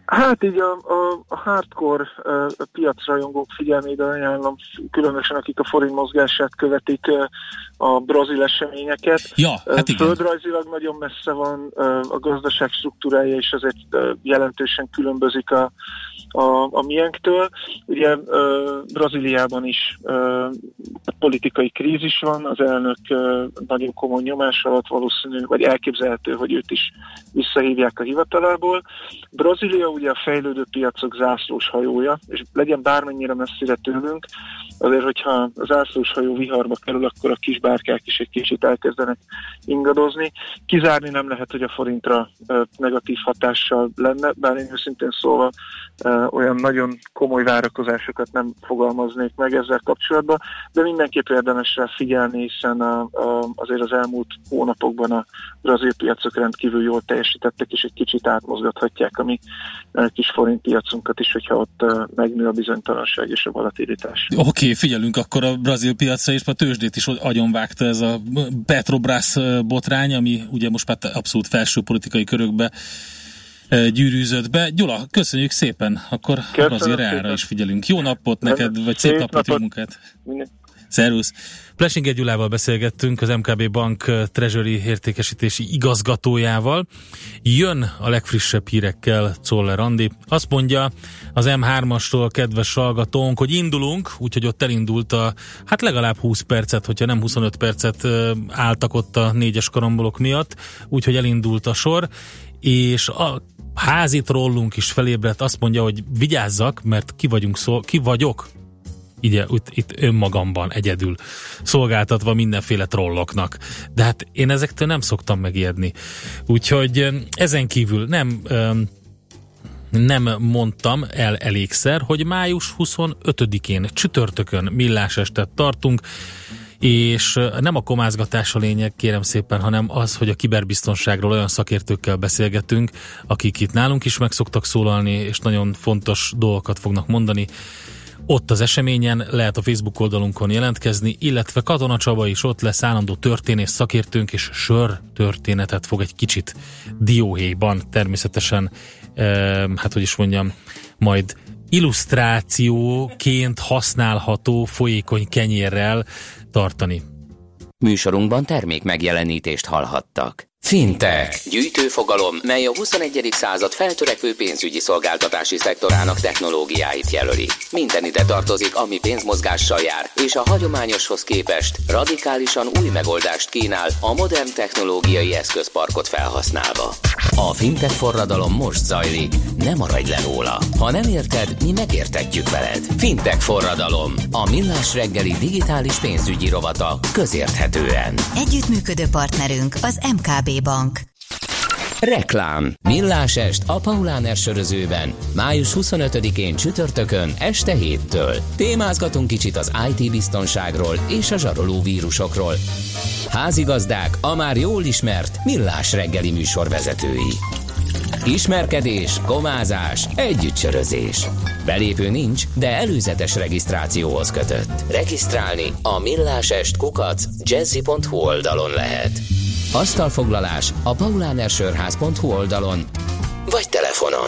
Hát így a hardcore piacrajongók figyelmébe ajánlom, különösen akik a forint mozgását követik, a brazil eseményeket. Ja, hát igen. Földrajzilag nagyon messze van, a gazdaság struktúrája is azért jelentősen különbözik a miénktől. Ugye Brazíliában is politikai krízis van, az elnök nagyon komoly nyomás alatt valószínű, vagy elképzelhető, hogy őt is visszahívják a hivatalából. Brazília ugye a fejlődő piacok zászlós hajója, és legyen bármennyire messzire tőlünk, azért, hogyha az zászlós hajó viharba kerül, akkor a kis bárkák is egy kicsit elkezdenek ingadozni. Kizárni nem lehet, hogy a forintra negatív hatással lenne, bár én őszintén szólva olyan nagyon komoly várakozásokat nem fogalmaznék meg ezzel kapcsolatban, de mindenképp érdemes rá figyelni, hiszen azért az elmúlt hónapokban a brazil piacok rendkívül jól teljesítettek, és egy kicsit átmozgathatják a mi kis forint piacunkat is, hogyha ott megnő a bizonytalanság és a volatilitás. Oké, figyelünk akkor a brazil piacra, és a tőzsdét is agyonvágta ez a Petrobras botrány, ami ugye most már abszolút felső politikai körökbe gyűrűzött be. Gyula, köszönjük szépen, akkor a brazil reálra is figyelünk. Jó napot neked, vagy szép napot, jó munkát! Szervusz! Plesinger Gyulával beszélgettünk, az MKB Bank Treasury értékesítési igazgatójával. Jön a legfrissebb hírekkel Czoller Andi. Azt mondja az M3-astól kedves hallgatónk, hogy indulunk, úgyhogy ott elindult hát legalább 20 percet, hogyha nem 25 percet álltak ott a 4-es karambolok miatt, úgyhogy elindult a sor, és a házi trollunk is felébredt, azt mondja, hogy vigyázzak, mert ki vagyok itt önmagamban egyedül szolgáltatva mindenféle trolloknak. De hát én ezektől nem szoktam megijedni. Úgyhogy ezen kívül nem mondtam el elégszer, hogy május 25-én csütörtökön millás estet tartunk, és nem a komázgatás a lényeg, kérem szépen, hanem az, hogy a kiberbiztonságról olyan szakértőkkel beszélgetünk, akik itt nálunk is meg szoktak szólalni, és nagyon fontos dolgokat fognak mondani. Ott az eseményen lehet a Facebook oldalunkon jelentkezni, illetve Katona Csaba is ott lesz, állandó történész szakértőnk, és sör történetet fog egy kicsit dióhéjban természetesen, hát hogy is mondjam, majd illusztrációként használható folyékony kenyérrel tartani. Műsorunkban termék megjelenítést hallhattak. Fintech. Gyűjtőfogalom, mely a 21. század feltörekvő pénzügyi szolgáltatási szektorának technológiáit jelöli. Minden ide tartozik, ami pénzmozgással jár, és a hagyományoshoz képest radikálisan új megoldást kínál a modern technológiai eszközparkot felhasználva. A fintech forradalom most zajlik, ne maradj le róla. Ha nem érted, mi megértetjük veled. Fintech forradalom, a Millás reggeli digitális pénzügyi rovata közérthetően. Együttműködő partnerünk az MKB Bank. Reklám. Millás est a Paulaner sörözőben május 25-én csütörtökön este 7-től. Témázgatunk kicsit az IT biztonságról és a zsaroló vírusokról. Házigazdák a már jól ismert Millás reggeli műsorvezetői. Ismerkedés, komázás, együttsörözés. Belépő nincs, de előzetes regisztrációhoz kötött. Regisztrálni a millásest@jazzy.hu oldalon lehet. Asztalfoglalás a paulanersörház.hu oldalon vagy telefonon.